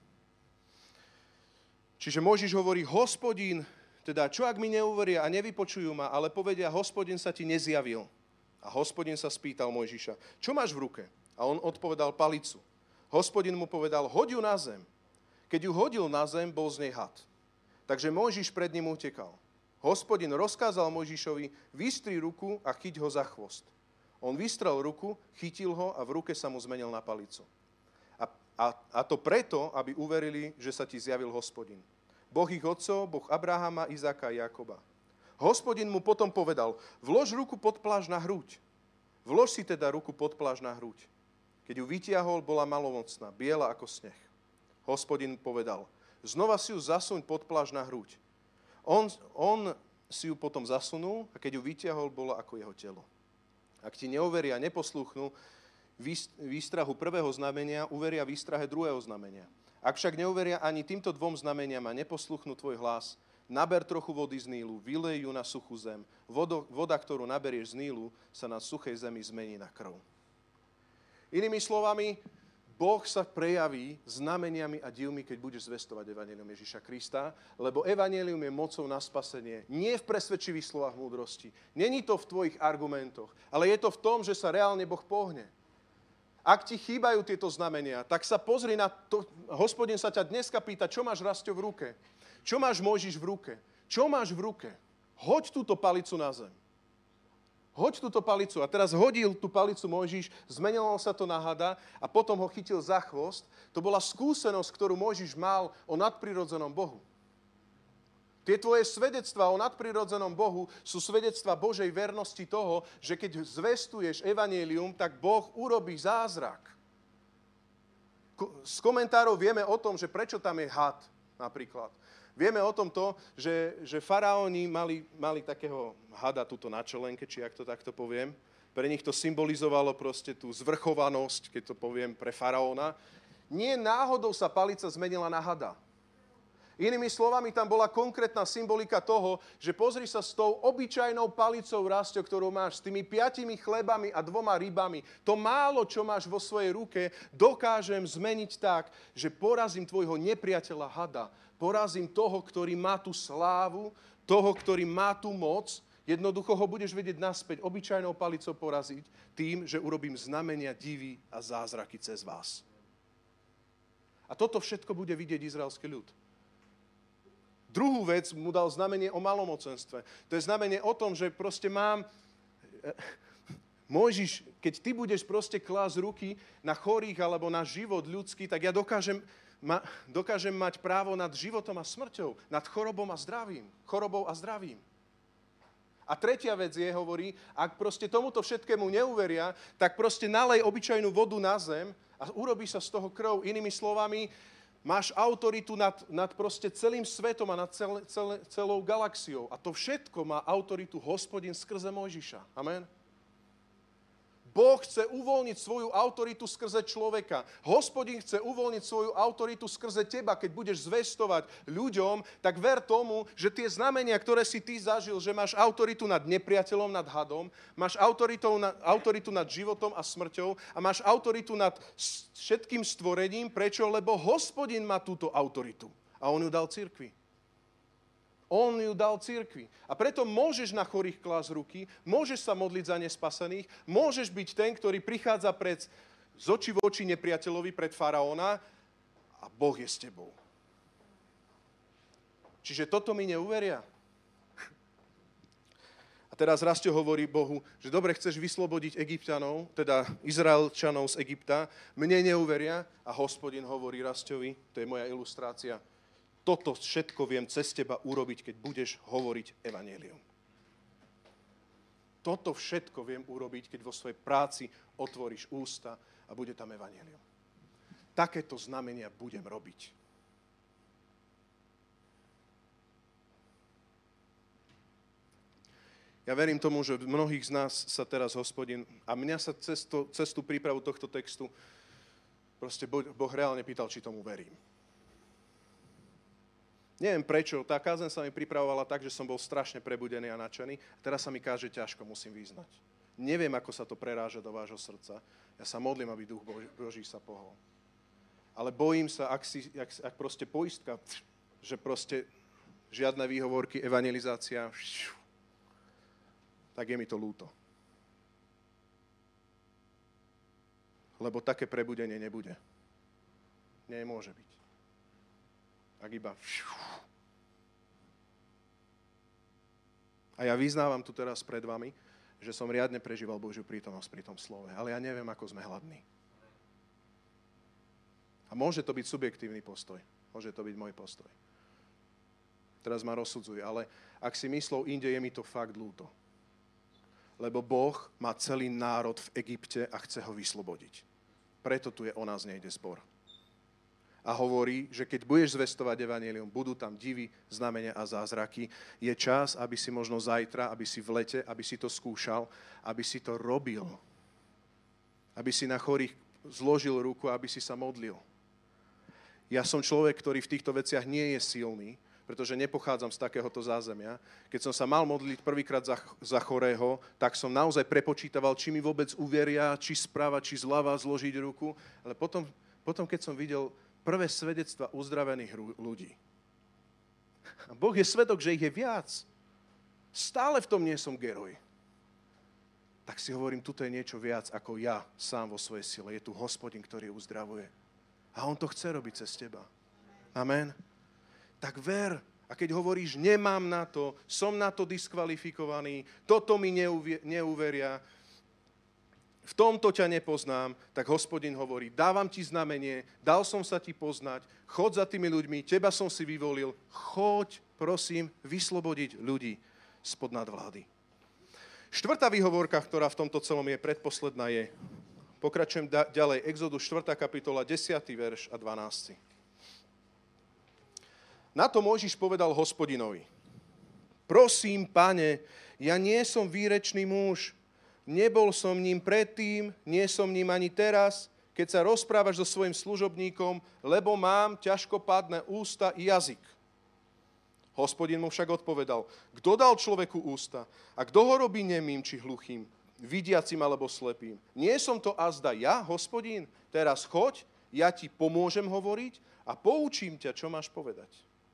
Čiže Mojžiš hovorí, Hospodin, teda čo ak mi neuveria a nevypočujú ma, ale povedia, Hospodin sa ti nezjavil. A Hospodin sa spýtal Mojžiša, čo máš v ruke? A on odpovedal palicu. Hospodin mu povedal, hoď ju na zem. Keď ju hodil na zem, bol z nej had. Takže Mojžiš pred ním utekal. Hospodin rozkázal Mojžišovi, vystri ruku a chyť ho za chvost. On vystrel ruku, chytil ho a v ruke sa mu zmenil na palicu. A to preto, aby uverili, že sa ti zjavil Hospodin. Boh ich otcov, Boh Abrahama, Izáka a Jakoba. Hospodin mu potom povedal, vlož ruku pod plášť na hruď. Vlož si teda ruku pod plášť na hruď. Keď ju vytiahol, bola malomocná, biela ako sneh. Hospodin povedal, znova si ju zasuň pod plášť na hruď. On si ju potom zasunul a keď ju vytiahol, bola ako jeho telo. Ak ti neuveria a neposlúchnú výstrahu prvého znamenia, uveria výstrahe druhého znamenia. Ak však neuveria ani týmto dvom znameniam a neposlúchnú tvoj hlas, naber trochu vody z Nílu, vylej ju na suchú zem. Voda, ktorú naberieš z Nílu, sa na suchej zemi zmení na krv. Inými slovami, Boh sa prejaví znameniami a divmi, keď budeš zvestovať evanjelium Ježiša Krista, lebo evanjelium je mocou na spasenie. Nie v presvedčivých slovách múdrosti. Není to v tvojich argumentoch, ale je to v tom, že sa reálne Boh pohne. Ak ti chýbajú tieto znamenia, tak sa pozri na to. Hospodin sa ťa dneska pýta, čo máš, Rastio, v ruke? Čo máš, Mojžiš, v ruke? Čo máš v ruke? Hoď túto palicu na zem. Hoď túto palicu. A teraz hodil tú palicu Mojžiš, zmenilo sa to na hada a potom ho chytil za chvost. To bola skúsenosť, ktorú Mojžiš mal o nadprirodzenom Bohu. Tie tvoje svedectvá o nadprirodzenom Bohu sú svedectvá Božej vernosti toho, že keď zvestuješ evanjelium, tak Boh urobí zázrak. Z komentárov vieme o tom, že prečo tam je had napríklad. Vieme o tom to, že faraóni mali takého hada tuto na čelenke, či ak to takto poviem. Pre nich to symbolizovalo proste tú zvrchovanosť, keď to poviem, pre faraóna. Nie náhodou sa palica zmenila na hada. Inými slovami, tam bola konkrétna symbolika toho, že pozri sa s tou obyčajnou palicou, Rastio, ktorú máš, s tými 5 chlebami a 2 rybami, to málo, čo máš vo svojej ruke, dokážem zmeniť tak, že porazím tvojho nepriateľa hada. Porazím toho, ktorý má tú slávu, toho, ktorý má tú moc. Jednoducho ho budeš vedieť naspäť obyčajnou palicou poraziť tým, že urobím znamenia, divy a zázraky cez vás. A toto všetko bude vidieť izraelský ľud. Druhú vec mu dal znamenie o malomocenstve. To je znamenie o tom, že proste Mojžiš, keď ty budeš proste klásť ruky na chorých alebo na život ľudský, tak ja dokážem mať právo nad životom a smrťou, nad chorobou a zdravím. A tretia vec hovorí, ak proste tomuto všetkému neuveria, tak proste nalej obyčajnú vodu na zem a urobí sa z toho krv. Inými slovami, máš autoritu nad proste celým svetom a nad celou galaxiou. A to všetko má autoritu Hospodin skrze Mojžiša. Amen. Boh chce uvoľniť svoju autoritu skrze človeka. Hospodin chce uvoľniť svoju autoritu skrze teba. Keď budeš zvestovať ľuďom, tak ver tomu, že tie znamenia, ktoré si ty zažil, že máš autoritu nad nepriateľom, nad hadom, máš autoritu nad životom a smrťou a máš autoritu nad všetkým stvorením. Prečo? Lebo Hospodin má túto autoritu. A on ju dal cirkvi. On ju dal cirkvi. A preto môžeš na chorých klásť ruky, môžeš sa modliť za nespasených, môžeš byť ten, ktorý prichádza z očí v oči nepriateľovi, pred faraóna a Boh je s tebou. Čiže toto mi neuveria. A teraz Rastio hovorí Bohu, že dobre, chceš vyslobodiť Egypťanov, teda Izraelčanov z Egypta, mne neuveria a Hospodin hovorí Rastiovi, to je moja ilustrácia, toto všetko viem cez teba urobiť, keď budeš hovoriť evanjelium. Toto všetko viem urobiť, keď vo svojej práci otvoríš ústa a bude tam evanjelium. Takéto znamenia budem robiť. Ja verím tomu, že mnohých z nás sa teraz Hospodin, a mňa sa cez tú prípravu tohto textu proste Boh reálne pýtal, či tomu verím. Neviem prečo, tá kázeň sa mi pripravovala tak, že som bol strašne prebudený a nadšený. A teraz sa mi káže ťažko, musím vyznať. Neviem, ako sa to preráža do vášho srdca. Ja sa modlím, aby Duch Boží sa pohol. Ale bojím sa, ak proste poistka, že proste žiadne výhovorky, evangelizácia, tak je mi to ľúto. Lebo také prebudenie nebude. Nemôže byť. Ak iba... A ja vyznávam tu teraz pred vami, že som riadne prežíval Božiu prítomnosť pri tom slove. Ale ja neviem, ako sme hladní. A môže to byť subjektívny postoj. Môže to byť môj postoj. teraz ma rozsudzuj, ale ak si myslel inde, je mi to fakt ľúto. Lebo Boh má celý národ v Egypte a chce ho vyslobodiť. Preto tu je O nás nejde zbor. A hovorí, že keď budeš zvestovať evanjelium, budú tam divy, znamenia a zázraky. Je čas, aby si možno zajtra, aby si v lete, aby si to skúšal, aby si to robil. Aby si na chorých zložil ruku, aby si sa modlil. Ja som človek, ktorý v týchto veciach nie je silný, pretože nepochádzam z takéhoto zázemia. Keď som sa mal modliť prvýkrát za chorého, tak som naozaj prepočítaval, či mi vôbec uveria, či správa, či zľava zložiť ruku. Ale potom keď som videl prvé svedectva uzdravených ľudí. A Boh je svedok, že ich je viac. Stále v tom nie som geroj. Tak si hovorím, tuto je niečo viac ako ja sám vo svojej sile. Je tu Hospodin, ktorý uzdravuje. A on to chce robiť cez teba. Amen. Tak ver. A keď hovoríš, nemám na to, som na to diskvalifikovaný, toto mi neuveria, v tomto ťa nepoznám, tak Hospodin hovorí, dávam ti znamenie, dal som sa ti poznať, chod za tými ľuďmi, teba som si vyvolil, choď, prosím, vyslobodiť ľudí spod nadvlády. Štvrtá výhovorka, ktorá v tomto celom je predposledná, je, pokračujem ďalej, Exodus 4. kapitola, 10. verš a 12. Na to Mojžiš povedal Hospodinovi, prosím, Pane, ja nie som výrečný muž, nebol som ním predtým, nie som ním ani teraz, keď sa rozprávaš so svojím služobníkom, lebo mám ťažkopádne ústa i jazyk. Hospodin mu však odpovedal, kto dal človeku ústa a kto ho robí nemým či hluchým, vidiacim alebo slepým? Nie som to azda ja, Hospodin? Teraz choď, ja ti pomôžem hovoriť a poučím ťa, čo máš povedať.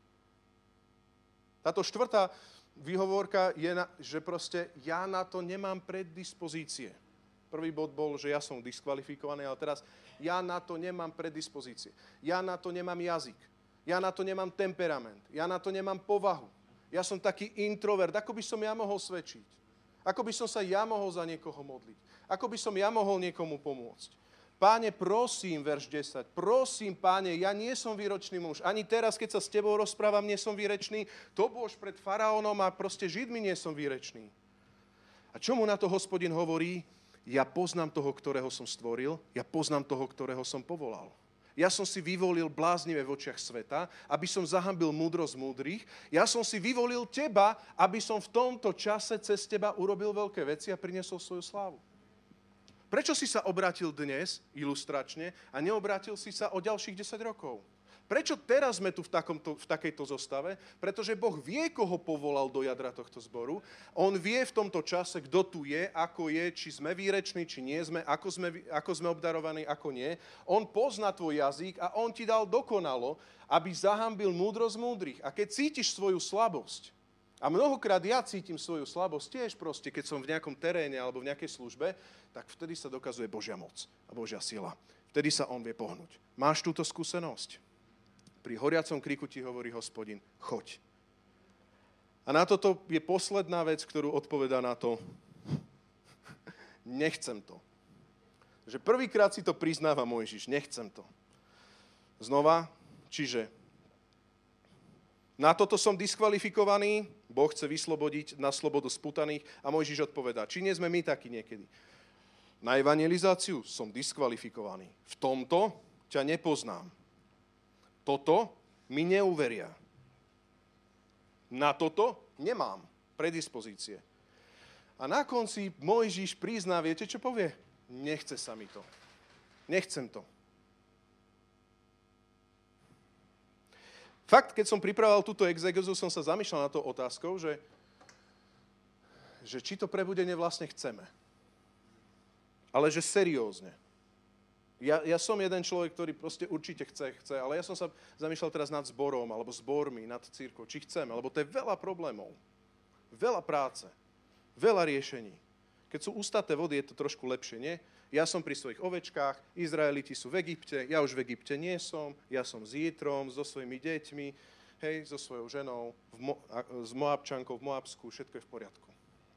Táto štvrtá výhovorka je, že proste ja na to nemám predispozície. Prvý bod bol, že ja som diskvalifikovaný, ale teraz ja na to nemám predispozície. Ja na to nemám jazyk. Ja na to nemám temperament. Ja na to nemám povahu. Ja som taký introvert. Ako by som ja mohol svedčiť? Ako by som sa ja mohol za niekoho modliť? Ako by som ja mohol niekomu pomôcť? Páne, prosím, verš 10, prosím, Páne, ja nie som výročný muž. Ani teraz, keď sa s tebou rozprávam, nie som výrečný. To bož pred faraónom a proste Židmi nie som výrečný. A čo mu na to Hospodin hovorí? Ja poznám toho, ktorého som stvoril, ja poznám toho, ktorého som povolal. Ja som si vyvolil bláznivé v očiach sveta, aby som zahambil múdrosť múdrych. Ja som si vyvolil teba, aby som v tomto čase cez teba urobil veľké veci a priniesol svoju slávu. Prečo si sa obrátil dnes, ilustračne, a neobrátil si sa o ďalších 10 rokov? Prečo teraz sme tu v takejto zostave? Pretože Boh vie, koho povolal do jadra tohto zboru. On vie v tomto čase, kto tu je, ako je, či sme výreční, či nie sme, ako sme obdarovaní, ako nie. On pozná tvoj jazyk a on ti dal dokonalo, aby zahambil múdrosť múdrych. A keď cítiš svoju slabosť, a mnohokrát ja cítim svoju slabosť tiež proste, keď som v nejakom teréne alebo v nejakej službe, tak vtedy sa dokazuje Božia moc a Božia sila. Vtedy sa on vie pohnúť. Máš túto skúsenosť? Pri horiacom kriku ti hovorí Hospodin, choď. A na toto je posledná vec, ktorú odpovedá na to, nechcem to. Že prvýkrát si to priznáva Mojžiš, nechcem to. Znova, čiže na toto som diskvalifikovaný, Boh chce vyslobodiť na slobodu spútaných a Mojžiš odpovedá, či nie sme my takí niekedy. Na evangelizáciu som diskvalifikovaný. V tomto ťa nepoznám. Toto mi neuveria. Na toto nemám predispozície. A na konci Mojžiš prizná, viete čo povie? Nechce sa mi to. Nechcem to. Fakt, keď som pripravoval túto exegezu, som sa zamýšľal na to otázkou, že či to prebudenie vlastne chceme. Ale že seriózne. Ja som jeden človek, ktorý proste určite chce, ale ja som sa zamýšľal teraz nad zborom, alebo zbormi, nad cirkvou, či chceme, lebo to je veľa problémov, veľa práce, veľa riešení. Keď sú ústaté vody, je to trošku lepšie, nie? Ja som pri svojich ovečkách, Izraeliti sú v Egypte, ja už v Egypte nie som, ja som s Jitrom, so svojimi deťmi, hej, so svojou ženou, s Moabčankou v Moabsku, všetko je v poriadku.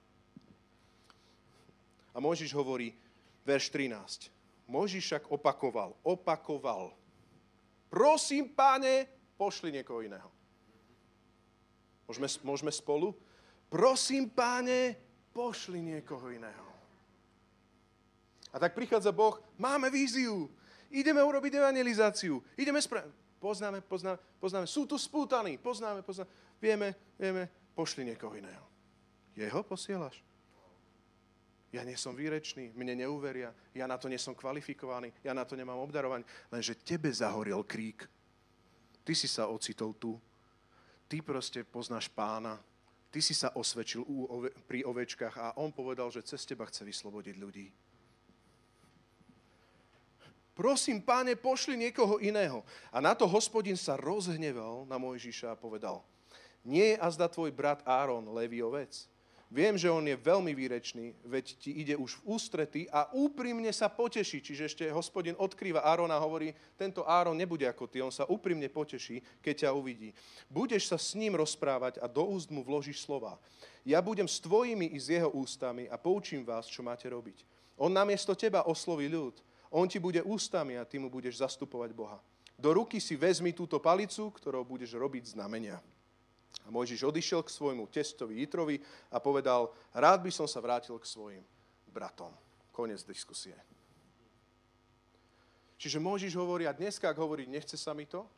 A Mojžiš hovorí, verš 13, Mojžiš však opakoval. Prosím, Páne, pošli niekoho iného. Môžeme spolu? Prosím, Páne, pošli niekoho iného. A tak prichádza Boh, máme víziu, ideme urobiť evangelizáciu, poznáme, sú tu spútaní, poznáme, vieme, pošli niekoho iného. Jeho posielaš? Ja nie som výrečný, mne neuveria, ja na to nie som kvalifikovaný, ja na to nemám obdarovanie, lenže tebe zahorel krík. Ty si sa ocitol tu, ty proste poznáš Pána, ty si sa osvedčil pri ovečkách a on povedal, že cez teba chce vyslobodiť ľudí. Prosím, Páne, pošli niekoho iného. A na to Hospodin sa rozhneval na Mojžiša a povedal, nie je azda tvoj brat Áron Lévi ovec? Viem, že on je veľmi výrečný, veď ti ide už v ústrety a úprimne sa poteší. Čiže ešte Hospodin odkrýva Árona a hovorí, tento Áron nebude ako ty, on sa úprimne poteší, keď ťa uvidí. Budeš sa s ním rozprávať a do úst mu vložíš slova. Ja budem s tvojimi i s jeho ústami a poučím vás, čo máte robiť. On namiesto teba osloví ľud. On ti bude ústami a ty mu budeš zastupovať Boha. Do ruky si vezmi túto palicu, ktorou budeš robiť znamenia. A Mojžiš odišiel k svojmu testovi Jitrovi a povedal, rád by som sa vrátil k svojim bratom. Koniec diskusie. Čiže Mojžiš hovorí, a dneska, ak hovorí, nechce sa mi to,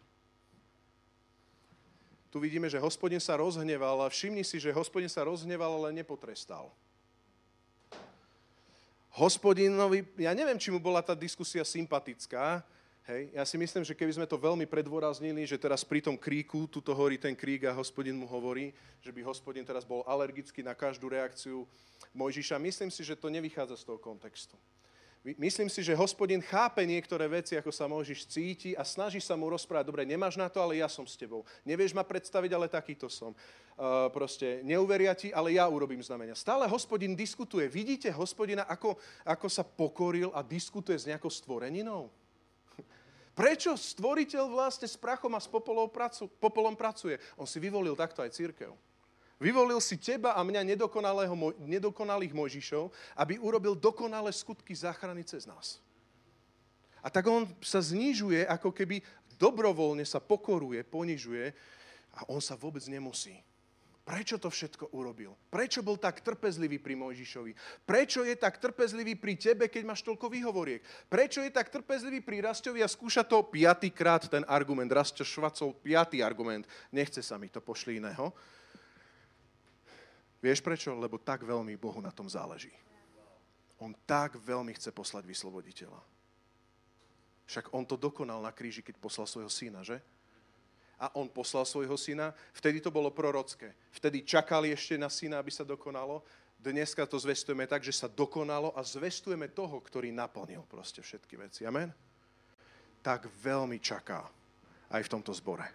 tu vidíme, že Hospodin sa rozhneval a všimni si, že Hospodin sa rozhneval, ale nepotrestal. Hospodinovi, ja neviem, či mu bola tá diskusia sympatická. Hej, ja si myslím, že keby sme to veľmi predôraznili, že teraz pri tom kríku, tuto horí ten krík a Hospodin mu hovorí, že by Hospodin teraz bol alergický na každú reakciu Mojžiša, myslím si, že to nevychádza z toho kontextu. Myslím si, že Hospodin chápe niektoré veci, ako sa Mojžiš cíti a snaží sa mu rozprávať, dobre, nemáš na to, ale ja som s tebou. Nevieš ma predstaviť, ale takýto som. Proste neuveria ti, ale ja urobím znamenia. Stále Hospodin diskutuje. Vidíte Hospodina, ako sa pokoril a diskutuje s nejakou stvoreninou? Prečo stvoriteľ vlastne s prachom a s popolom pracuje? On si vyvolil takto aj cirkev. Vyvolil si teba a mňa nedokonalých Mojžišov, aby urobil dokonalé skutky záchrany cez nás. A tak on sa znižuje, ako keby dobrovoľne sa pokoruje, ponižuje a on sa vôbec nemusí. Prečo to všetko urobil? Prečo bol tak trpezlivý pri Mojžišovi? Prečo je tak trpezlivý pri tebe, keď máš toľko výhovoriek? Prečo je tak trpezlivý pri Rastovi a skúša to 5. krát ten argument? Rasto švacol 5. argument. Nechce sa mi to, pošli iného. Vieš prečo? Lebo tak veľmi Bohu na tom záleží. On tak veľmi chce poslať vysloboditeľa. Však on to dokonal na kríži, keď poslal svojho syna, že? A on poslal svojho syna, vtedy to bolo prorocké. Vtedy čakali ešte na syna, aby sa dokonalo. Dneska to zvestujeme tak, že sa dokonalo a zvestujeme toho, ktorý naplnil proste všetky veci. Amen? Tak veľmi čaká aj v tomto zbore.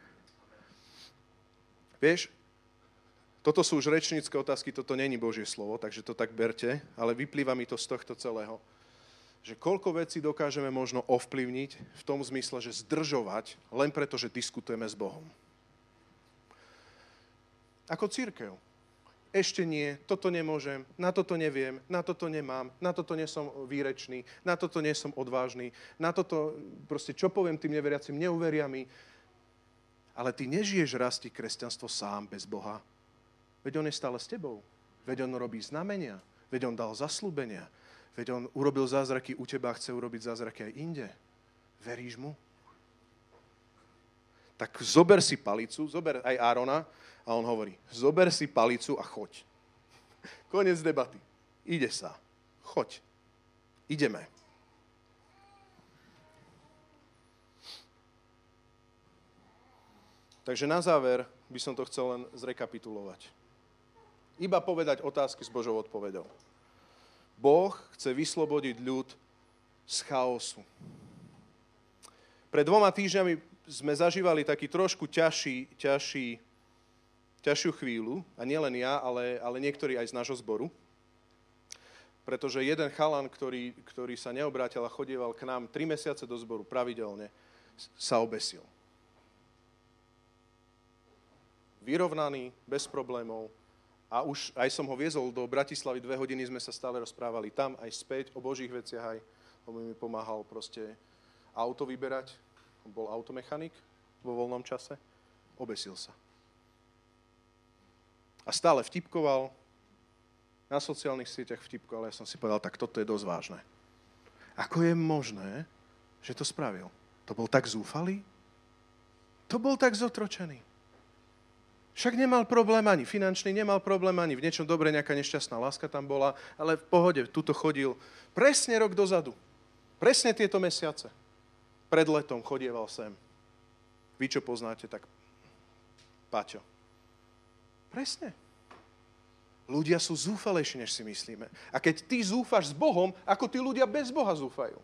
Vieš, toto sú už rečnícke otázky, toto není Božie slovo, takže to tak berte, ale vyplýva mi to z tohto celého. Že koľko vecí dokážeme možno ovplyvniť v tom zmysle, že zdržovať len preto, že diskutujeme s Bohom. Ako cirkev. Ešte nie, toto nemôžem, na toto neviem, na toto nemám, na toto nie som výrečný, na toto nie som odvážny, na toto proste čo poviem tým neveriacim, neuveria mi. Ale ty nežiješ rasti kresťanstvo sám bez Boha. Veď on je stále s tebou. Veď on robí znamenia. Veď on dal zasľúbenia. Veď on urobil zázraky u teba a chce urobiť zázraky aj inde. Veríš mu? Tak zober si palicu, zober aj Árona a on hovorí, zober si palicu a choď. Koniec debaty. Ide sa. Choď. Ideme. Takže na záver by som to chcel len zrekapitulovať. Iba povedať otázky s Božou odpoveďou. Boh chce vyslobodiť ľud z chaosu. Pred 2 týždňami sme zažívali taký trošku ťažšiu chvíľu, a nielen ja, ale niektorí aj z nášho zboru, pretože jeden chalan, ktorý sa neobrátil a chodieval k nám 3 mesiace do zboru pravidelne, sa obesil. Vyrovnaný, bez problémov. A už aj som ho viezol do Bratislavy, 2 hodiny sme sa stále rozprávali tam, aj späť, o Božích veciach aj. On mi pomáhal proste auto vyberať. On bol automechanik vo voľnom čase. Obesil sa. A stále vtipkoval, na sociálnych sieťach vtipkoval, ja som si povedal, tak toto je dosť vážne. Ako je možné, že to spravil? To bol tak zúfalý? To bol tak zotročený. Však nemal problém ani finančný, nemal problém ani v niečom dobre, nejaká nešťastná láska tam bola, ale v pohode, tuto chodil presne rok dozadu. Presne tieto mesiace. Pred letom chodieval sem. Vy, čo poznáte, tak Paťo. Presne. Ľudia sú zúfalejší, než si myslíme. A keď ty zúfaš s Bohom, ako tí ľudia bez Boha zúfajú.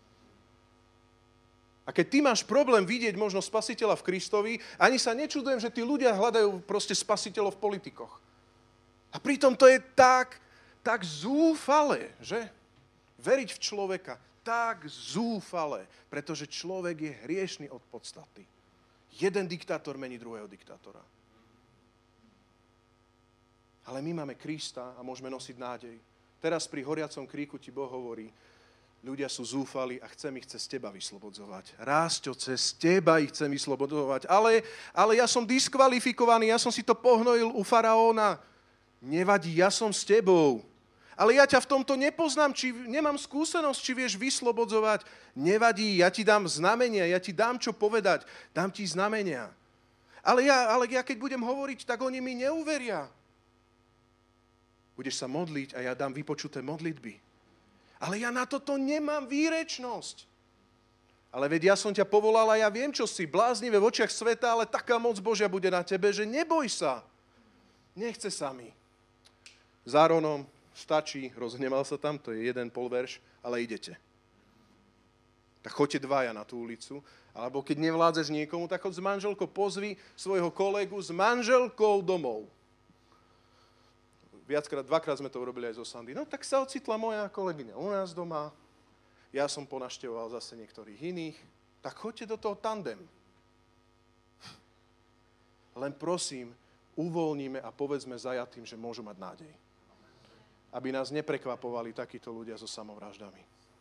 A keď ty máš problém vidieť možno spasiteľa v Kristovi, ani sa nečudujem, že tí ľudia hľadajú proste spasiteľov v politikoch. A pritom to je tak zúfale, že? Veriť v človeka, tak zúfale, pretože človek je hriešný od podstaty. Jeden diktátor mení druhého diktátora. Ale my máme Krista a môžeme nosiť nádej. Teraz pri horiacom kríku ti Boh hovorí, ľudia sú zúfali a chcem ich cez teba vyslobodzovať. Rásťo, cez teba ich chcem vyslobodzovať. Ale ja som diskvalifikovaný, ja som si to pohnojil u faraóna. Nevadí, ja som s tebou. Ale ja ťa v tomto nepoznám, či nemám skúsenosť, či vieš vyslobodzovať. Nevadí, ja ti dám znamenia, ja ti dám čo povedať, dám ti znamenia. Ale ja keď budem hovoriť, tak oni mi neuveria. Budeš sa modliť a ja dám vypočuté modlitby. Ale ja na toto nemám výrečnosť. Ale veď ja som ťa povolal a ja viem, čo si. Bláznivé v očiach sveta, ale taká moc Božia bude na tebe, že neboj sa. Nechce sa mi. S Áronom stačí, rozhnemal sa tam, to je jeden polverš, ale idete. Tak choďte dvaja na tú ulicu, alebo keď nevládzeš niekomu, tak choď s manželkou, pozvi svojho kolegu s manželkou domov. Dvakrát sme to urobili aj zo Sandy. No tak sa ocitla moja kolegyňa u nás doma, ja som ponaštevoval zase niektorých iných, tak choďte do toho tandem. Len prosím, uvoľníme a povedzme zajatým, že môžu mať nádej. Aby nás neprekvapovali takíto ľudia so samovraždami.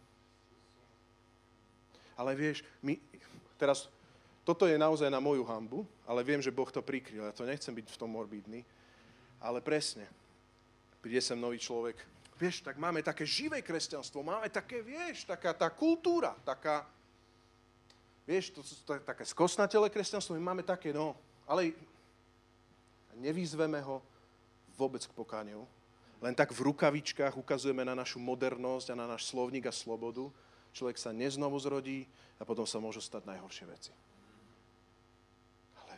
Ale vieš, teraz, toto je naozaj na moju hanbu, ale viem, že Boh to prikryl. Ja to nechcem byť v tom morbidný, ale presne. Príde sem nový človek. Vieš, tak máme také živé kresťanstvo, máme také, vieš, taká tá kultúra, taká, vieš, také skosnatelé kresťanstvo, my máme také, no, ale nevyzveme ho vôbec k pokániu. Len tak v rukavičkách ukazujeme na našu modernosť a na náš slovník a slobodu. Človek sa neznovu zrodí a potom sa môžu stať najhoršie veci. Ale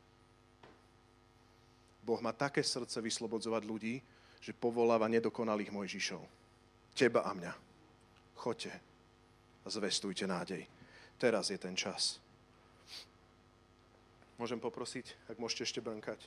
Boh má také srdce vyslobodzovať ľudí, že povoláva nedokonalých Mojžišov. Teba a mňa. Choďte a zvestujte nádej. Teraz je ten čas. Môžem poprosiť, ak môžete ešte brnkať.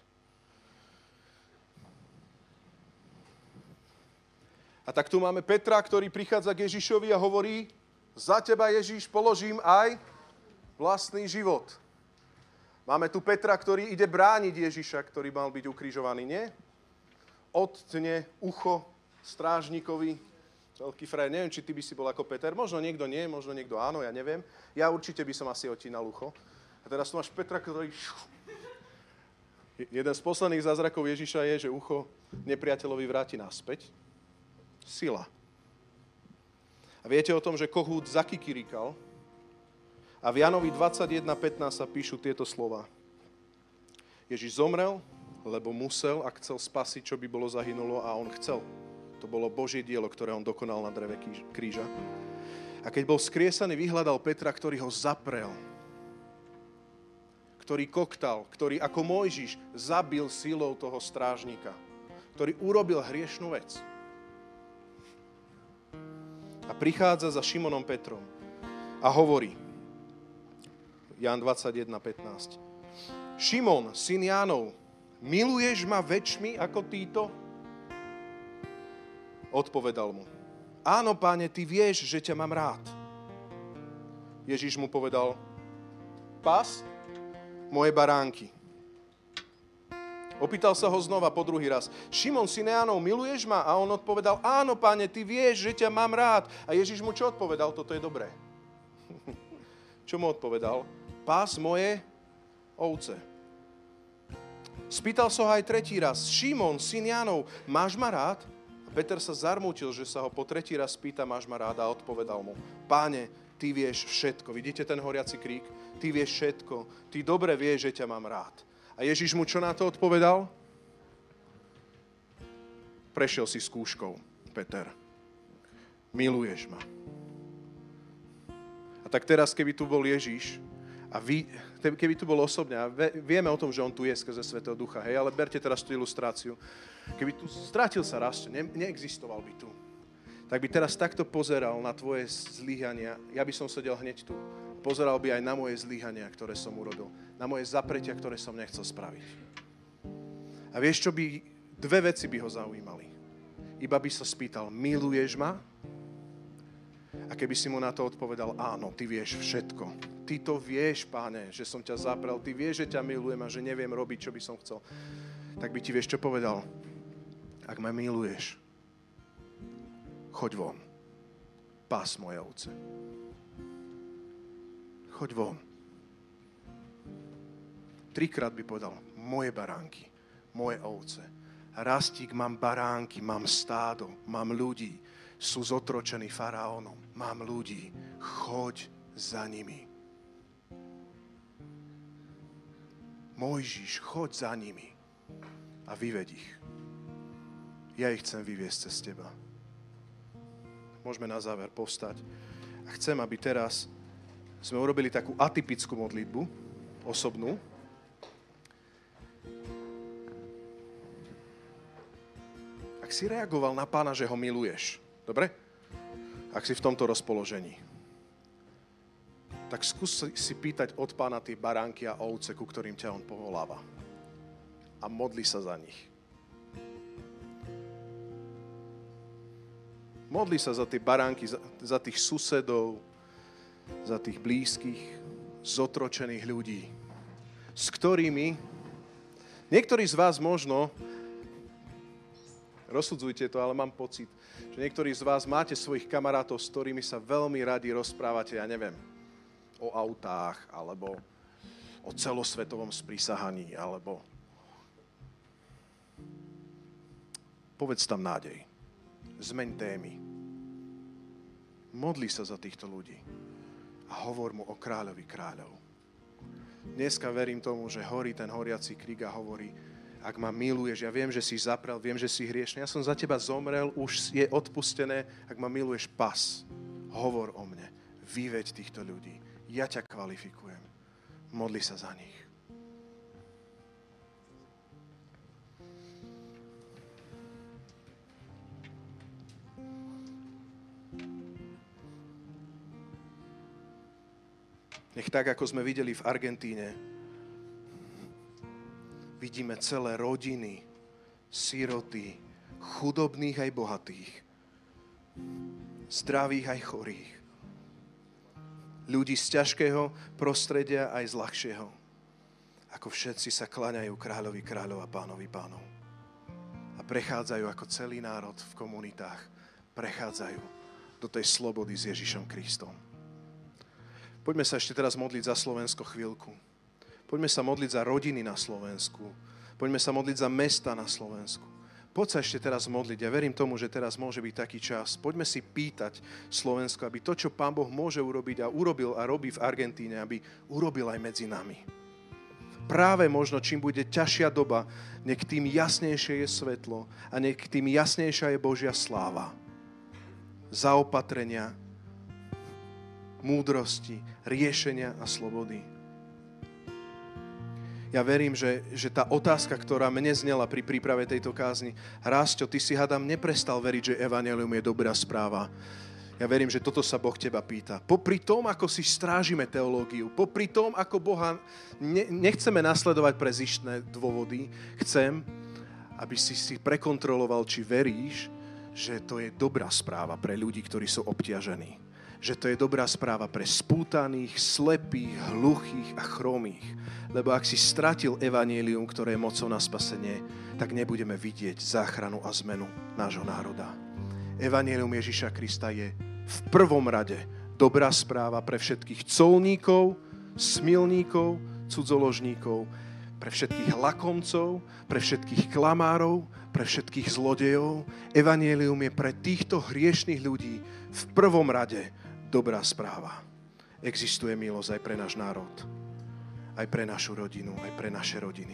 A tak tu máme Petra, ktorý prichádza k Ježišovi a hovorí, za teba, Ježiš, položím aj vlastný život. Máme tu Petra, ktorý ide brániť Ježiša, ktorý mal byť ukrižovaný, nie? Odtne ucho strážnikovi, veľký frajer, neviem, či ty by si bol ako Peter, možno niekto nie, možno niekto áno, ja neviem. Ja určite by som asi odtínal ucho. A teraz tu máš Petra, ktorý... Jeden z posledných zázrakov Ježiša je, že ucho nepriateľovi vráti naspäť. Sila. A viete o tom, že kohút zakikirikal a v Janovi 21.15 sa píšu tieto slova. Ježiš zomrel, lebo musel a chcel spasiť, čo by bolo zahynulo a on chcel. To bolo Božie dielo, ktoré on dokonal na dreve kríža. A keď bol skriesaný, vyhľadal Petra, ktorý ho zaprel. Ktorý koktal, ktorý ako Mojžiš zabil silou toho strážnika. Ktorý urobil hriešnú vec. A prichádza za Šimonom Petrom a hovorí, Ján 21.15, Šimon, syn Jánov, miluješ ma väčšmi ako títo? Odpovedal mu, áno, Páne, ty vieš, že ťa mám rád. Ježiš mu povedal, pas moje baránky. Opýtal sa ho znova po druhý raz, Šimon, syn Jánov, miluješ ma? A on odpovedal, áno, Páne, ty vieš, že ťa mám rád. A Ježiš mu čo odpovedal? Toto je dobré. Čo mu odpovedal? Pás moje ovce. Spýtal sa ho aj tretí raz, Šimon, syn Jánov, máš ma rád? A Peter sa zarmútil, že sa ho po tretí raz spýta, máš ma rád? A odpovedal mu, Páne, ty vieš všetko. Vidíte ten horiaci krík? Ty vieš všetko. Ty dobre vieš, že ťa mám rád. A Ježiš mu čo na to odpovedal? Prešiel si skúškou, Peter. Miluješ ma. A tak teraz, keby tu bol Ježiš, a keby tu bol osobne, a vieme o tom, že on tu je skrze Svätého Ducha, hej, ale berte teraz tú ilustráciu. Keby tu strátil sa raz, neexistoval by tu. Tak by teraz takto pozeral na tvoje zlyhania. Ja by som sedel hneď tu. Pozeral by aj na moje zlyhania, ktoré som urobil. Na moje zapretia, ktoré som nechcel spraviť. A vieš, čo by... Dve veci by ho zaujímali. Iba by sa spýtal, miluješ ma? A keby si mu na to odpovedal, áno, ty vieš všetko. Ty to vieš, Páne, že som ťa zaprel. Ty vieš, že ťa milujem a že neviem robiť, čo by som chcel. Tak by ti vieš, čo povedal? Ak ma miluješ, choď von. Pás moje ovce. Choď von. 3-krát by povedal, moje baránky, moje ovce. Rastík, mám baránky, mám stádo, mám ľudí. Sú zotročení faraónom. Mám ľudí. Choď za nimi. Mojžiš, choď za nimi a vyved ich. Ja ich chcem vyviesť cez teba. Môžeme na záver povstať. A chcem, aby teraz sme urobili takú atypickú modlitbu, osobnú. Ak si reagoval na Pána, že ho miluješ, dobre? Ak si v tomto rozpoložení, tak skús si pýtať od Pána tie baránky a ovce, ku ktorým ťa on povoláva. A modli sa za nich. Modli sa za tie baránky, za tých susedov, za tých blízkych, zotročených ľudí, s ktorými niektorí z vás možno, rozsudzujte to, ale mám pocit, že niektorí z vás máte svojich kamarátov, s ktorými sa veľmi radi rozprávate, ja neviem, o autách, alebo o celosvetovom sprísahaní, alebo povedz tam nádej. Zmeň témy. Modli sa za týchto ľudí a hovor mu o kráľovi kráľov. Dneska verím tomu, že horí ten horiaci krík a hovorí, ak ma miluješ, ja viem, že si zaprel, viem, že si hriešný, ja som za teba zomrel, už je odpustené, ak ma miluješ, pas. Hovor o mne, vyveď týchto ľudí. Ja ťa kvalifikujem. Modli sa za nich. Nech tak, ako sme videli v Argentíne, vidíme celé rodiny, siroty, chudobných aj bohatých, zdravých aj chorých, ľudí z ťažkého prostredia aj z ľahšieho. Ako všetci sa kláňajú kráľovi kráľov a pánovi pánov. A prechádzajú ako celý národ v komunitách. Prechádzajú do tej slobody s Ježišom Kristom. Poďme sa ešte teraz modliť za Slovensko chvíľku. Poďme sa modliť za rodiny na Slovensku. Poďme sa modliť za mesta na Slovensku. Poď sa ešte teraz modliť. Ja verím tomu, že teraz môže byť taký čas. Poďme si pýtať Slovensko, aby to, čo Pán Boh môže urobiť a urobil a robí v Argentíne, aby urobil aj medzi nami. Práve možno, čím bude ťažšia doba, nech tým jasnejšie je svetlo a nech tým jasnejšia je Božia sláva. Zaopatrenia, múdrosti, riešenia a slobody. Ja verím, že tá otázka, ktorá mne znela pri príprave tejto kázni, Rásťo, ty si, hádam, neprestal veriť, že evanjelium je dobrá správa. Ja verím, že toto sa Boh teba pýta. Popri tom, ako si strážime teológiu, popri tom, ako Boha nechceme nasledovať pre zištné dôvody, chcem, aby si prekontroloval, či veríš, že to je dobrá správa pre ľudí, ktorí sú obťažení. Že to je dobrá správa pre spútaných, slepých, hluchých a chromých. Lebo ak si stratil evanjelium, ktoré je mocou na spasenie, tak nebudeme vidieť záchranu a zmenu nášho národa. Evanjelium Ježiša Krista je v prvom rade dobrá správa pre všetkých colníkov, smilníkov, cudzoložníkov, pre všetkých lakomcov, pre všetkých klamárov, pre všetkých zlodejov. Evanjelium je pre týchto hriešných ľudí v prvom rade dobrá správa. Existuje milosť aj pre náš národ, aj pre našu rodinu, aj pre naše rodiny.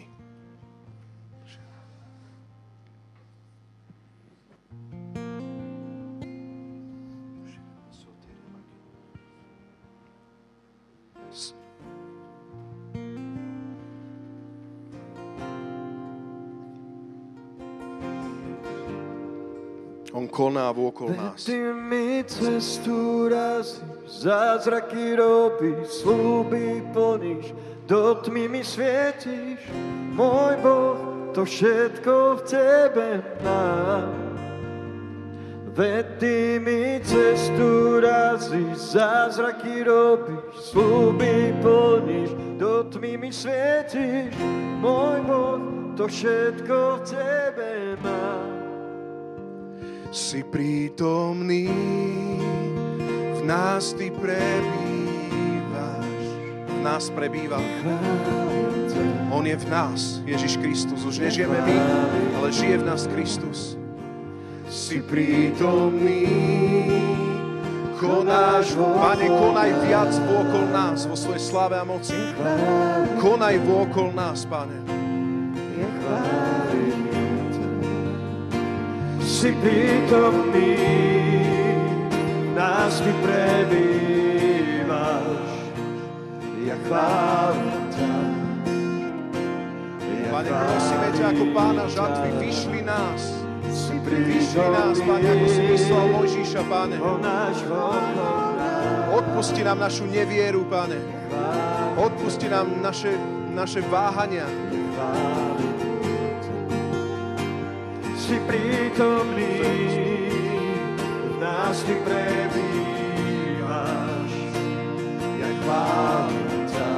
On koná vôkol nás. Ty mi cestu razíš, zázraky robíš, sľuby plníš, do tmy mi svietíš. Môj Boh, to všetko v tebe mám. Veď ty mi cestu razíš, zázraky robíš, sľuby plníš, do tmy mi svietíš. Môj Boh, to všetko v tebe mám. Si prítomný, v nás ty prebývaš. V nás prebýva. On je v nás, Ježiš Kristus. Už nežijeme my, ale žije v nás Kristus. Si prítomný, konáš, Pane, konaj viac vôkol nás vo svojej sláve a moci. Konaj vôkol nás, Pane. Si prítomný, v nás ty prebývaš, ja chválim ťa. Pane, prosíme ťa ako Pána žatvy, vyšli nás. Vyšli nás, Pane, ako si vyslal Mojžiša, Pane. Odpusti nám našu nevieru, Pane. Odpusti nám naše váhania. Si prítomný, v nás ty prebývaš, ja chválim ťa,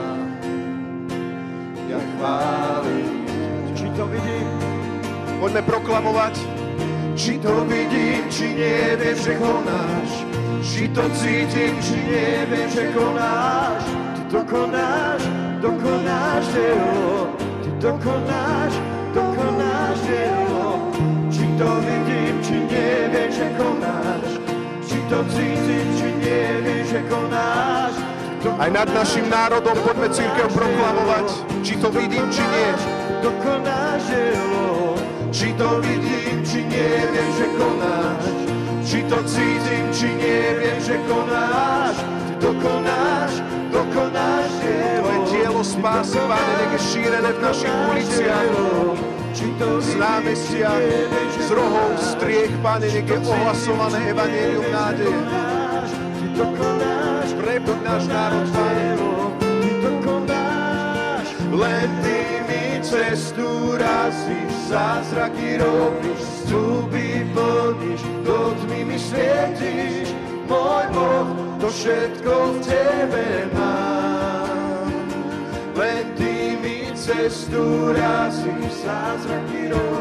ja chválim ťa. Či to vidím? Poďme proklamovať. Či to vidím, či neviem, že konáš, či to cítim, či neviem, že konáš. Ty dokonáš, dokonáš dielo, ty dokonáš, dokonáš dielo. Či to vidím, či neviem, že konáš, či to cítim, či neviem, že konáš. Aj nad našim národom poďme cirkev proklamovať. Či to vidím, či nie. Dokonáš dielo. Či to vidím, či neviem, že konáš. Či to cítim, či neviem, že konáš. Ty dokonáš, dokonáš dielo. Tvoje dielo spásy, Pane, nech je šírené v našich uliciach, z námestiach, z rohov, striech, Pane, nech je ohlasované evanjelium nádeje. Prebuď náš národ, Pane. Len ty mi cestu razíš, zázraky robíš, sľuby plníš, do tmy mi svietíš. Môj Boh, to všetko v tebe mám. Len ty mi cestu razíš, zázraky robíš.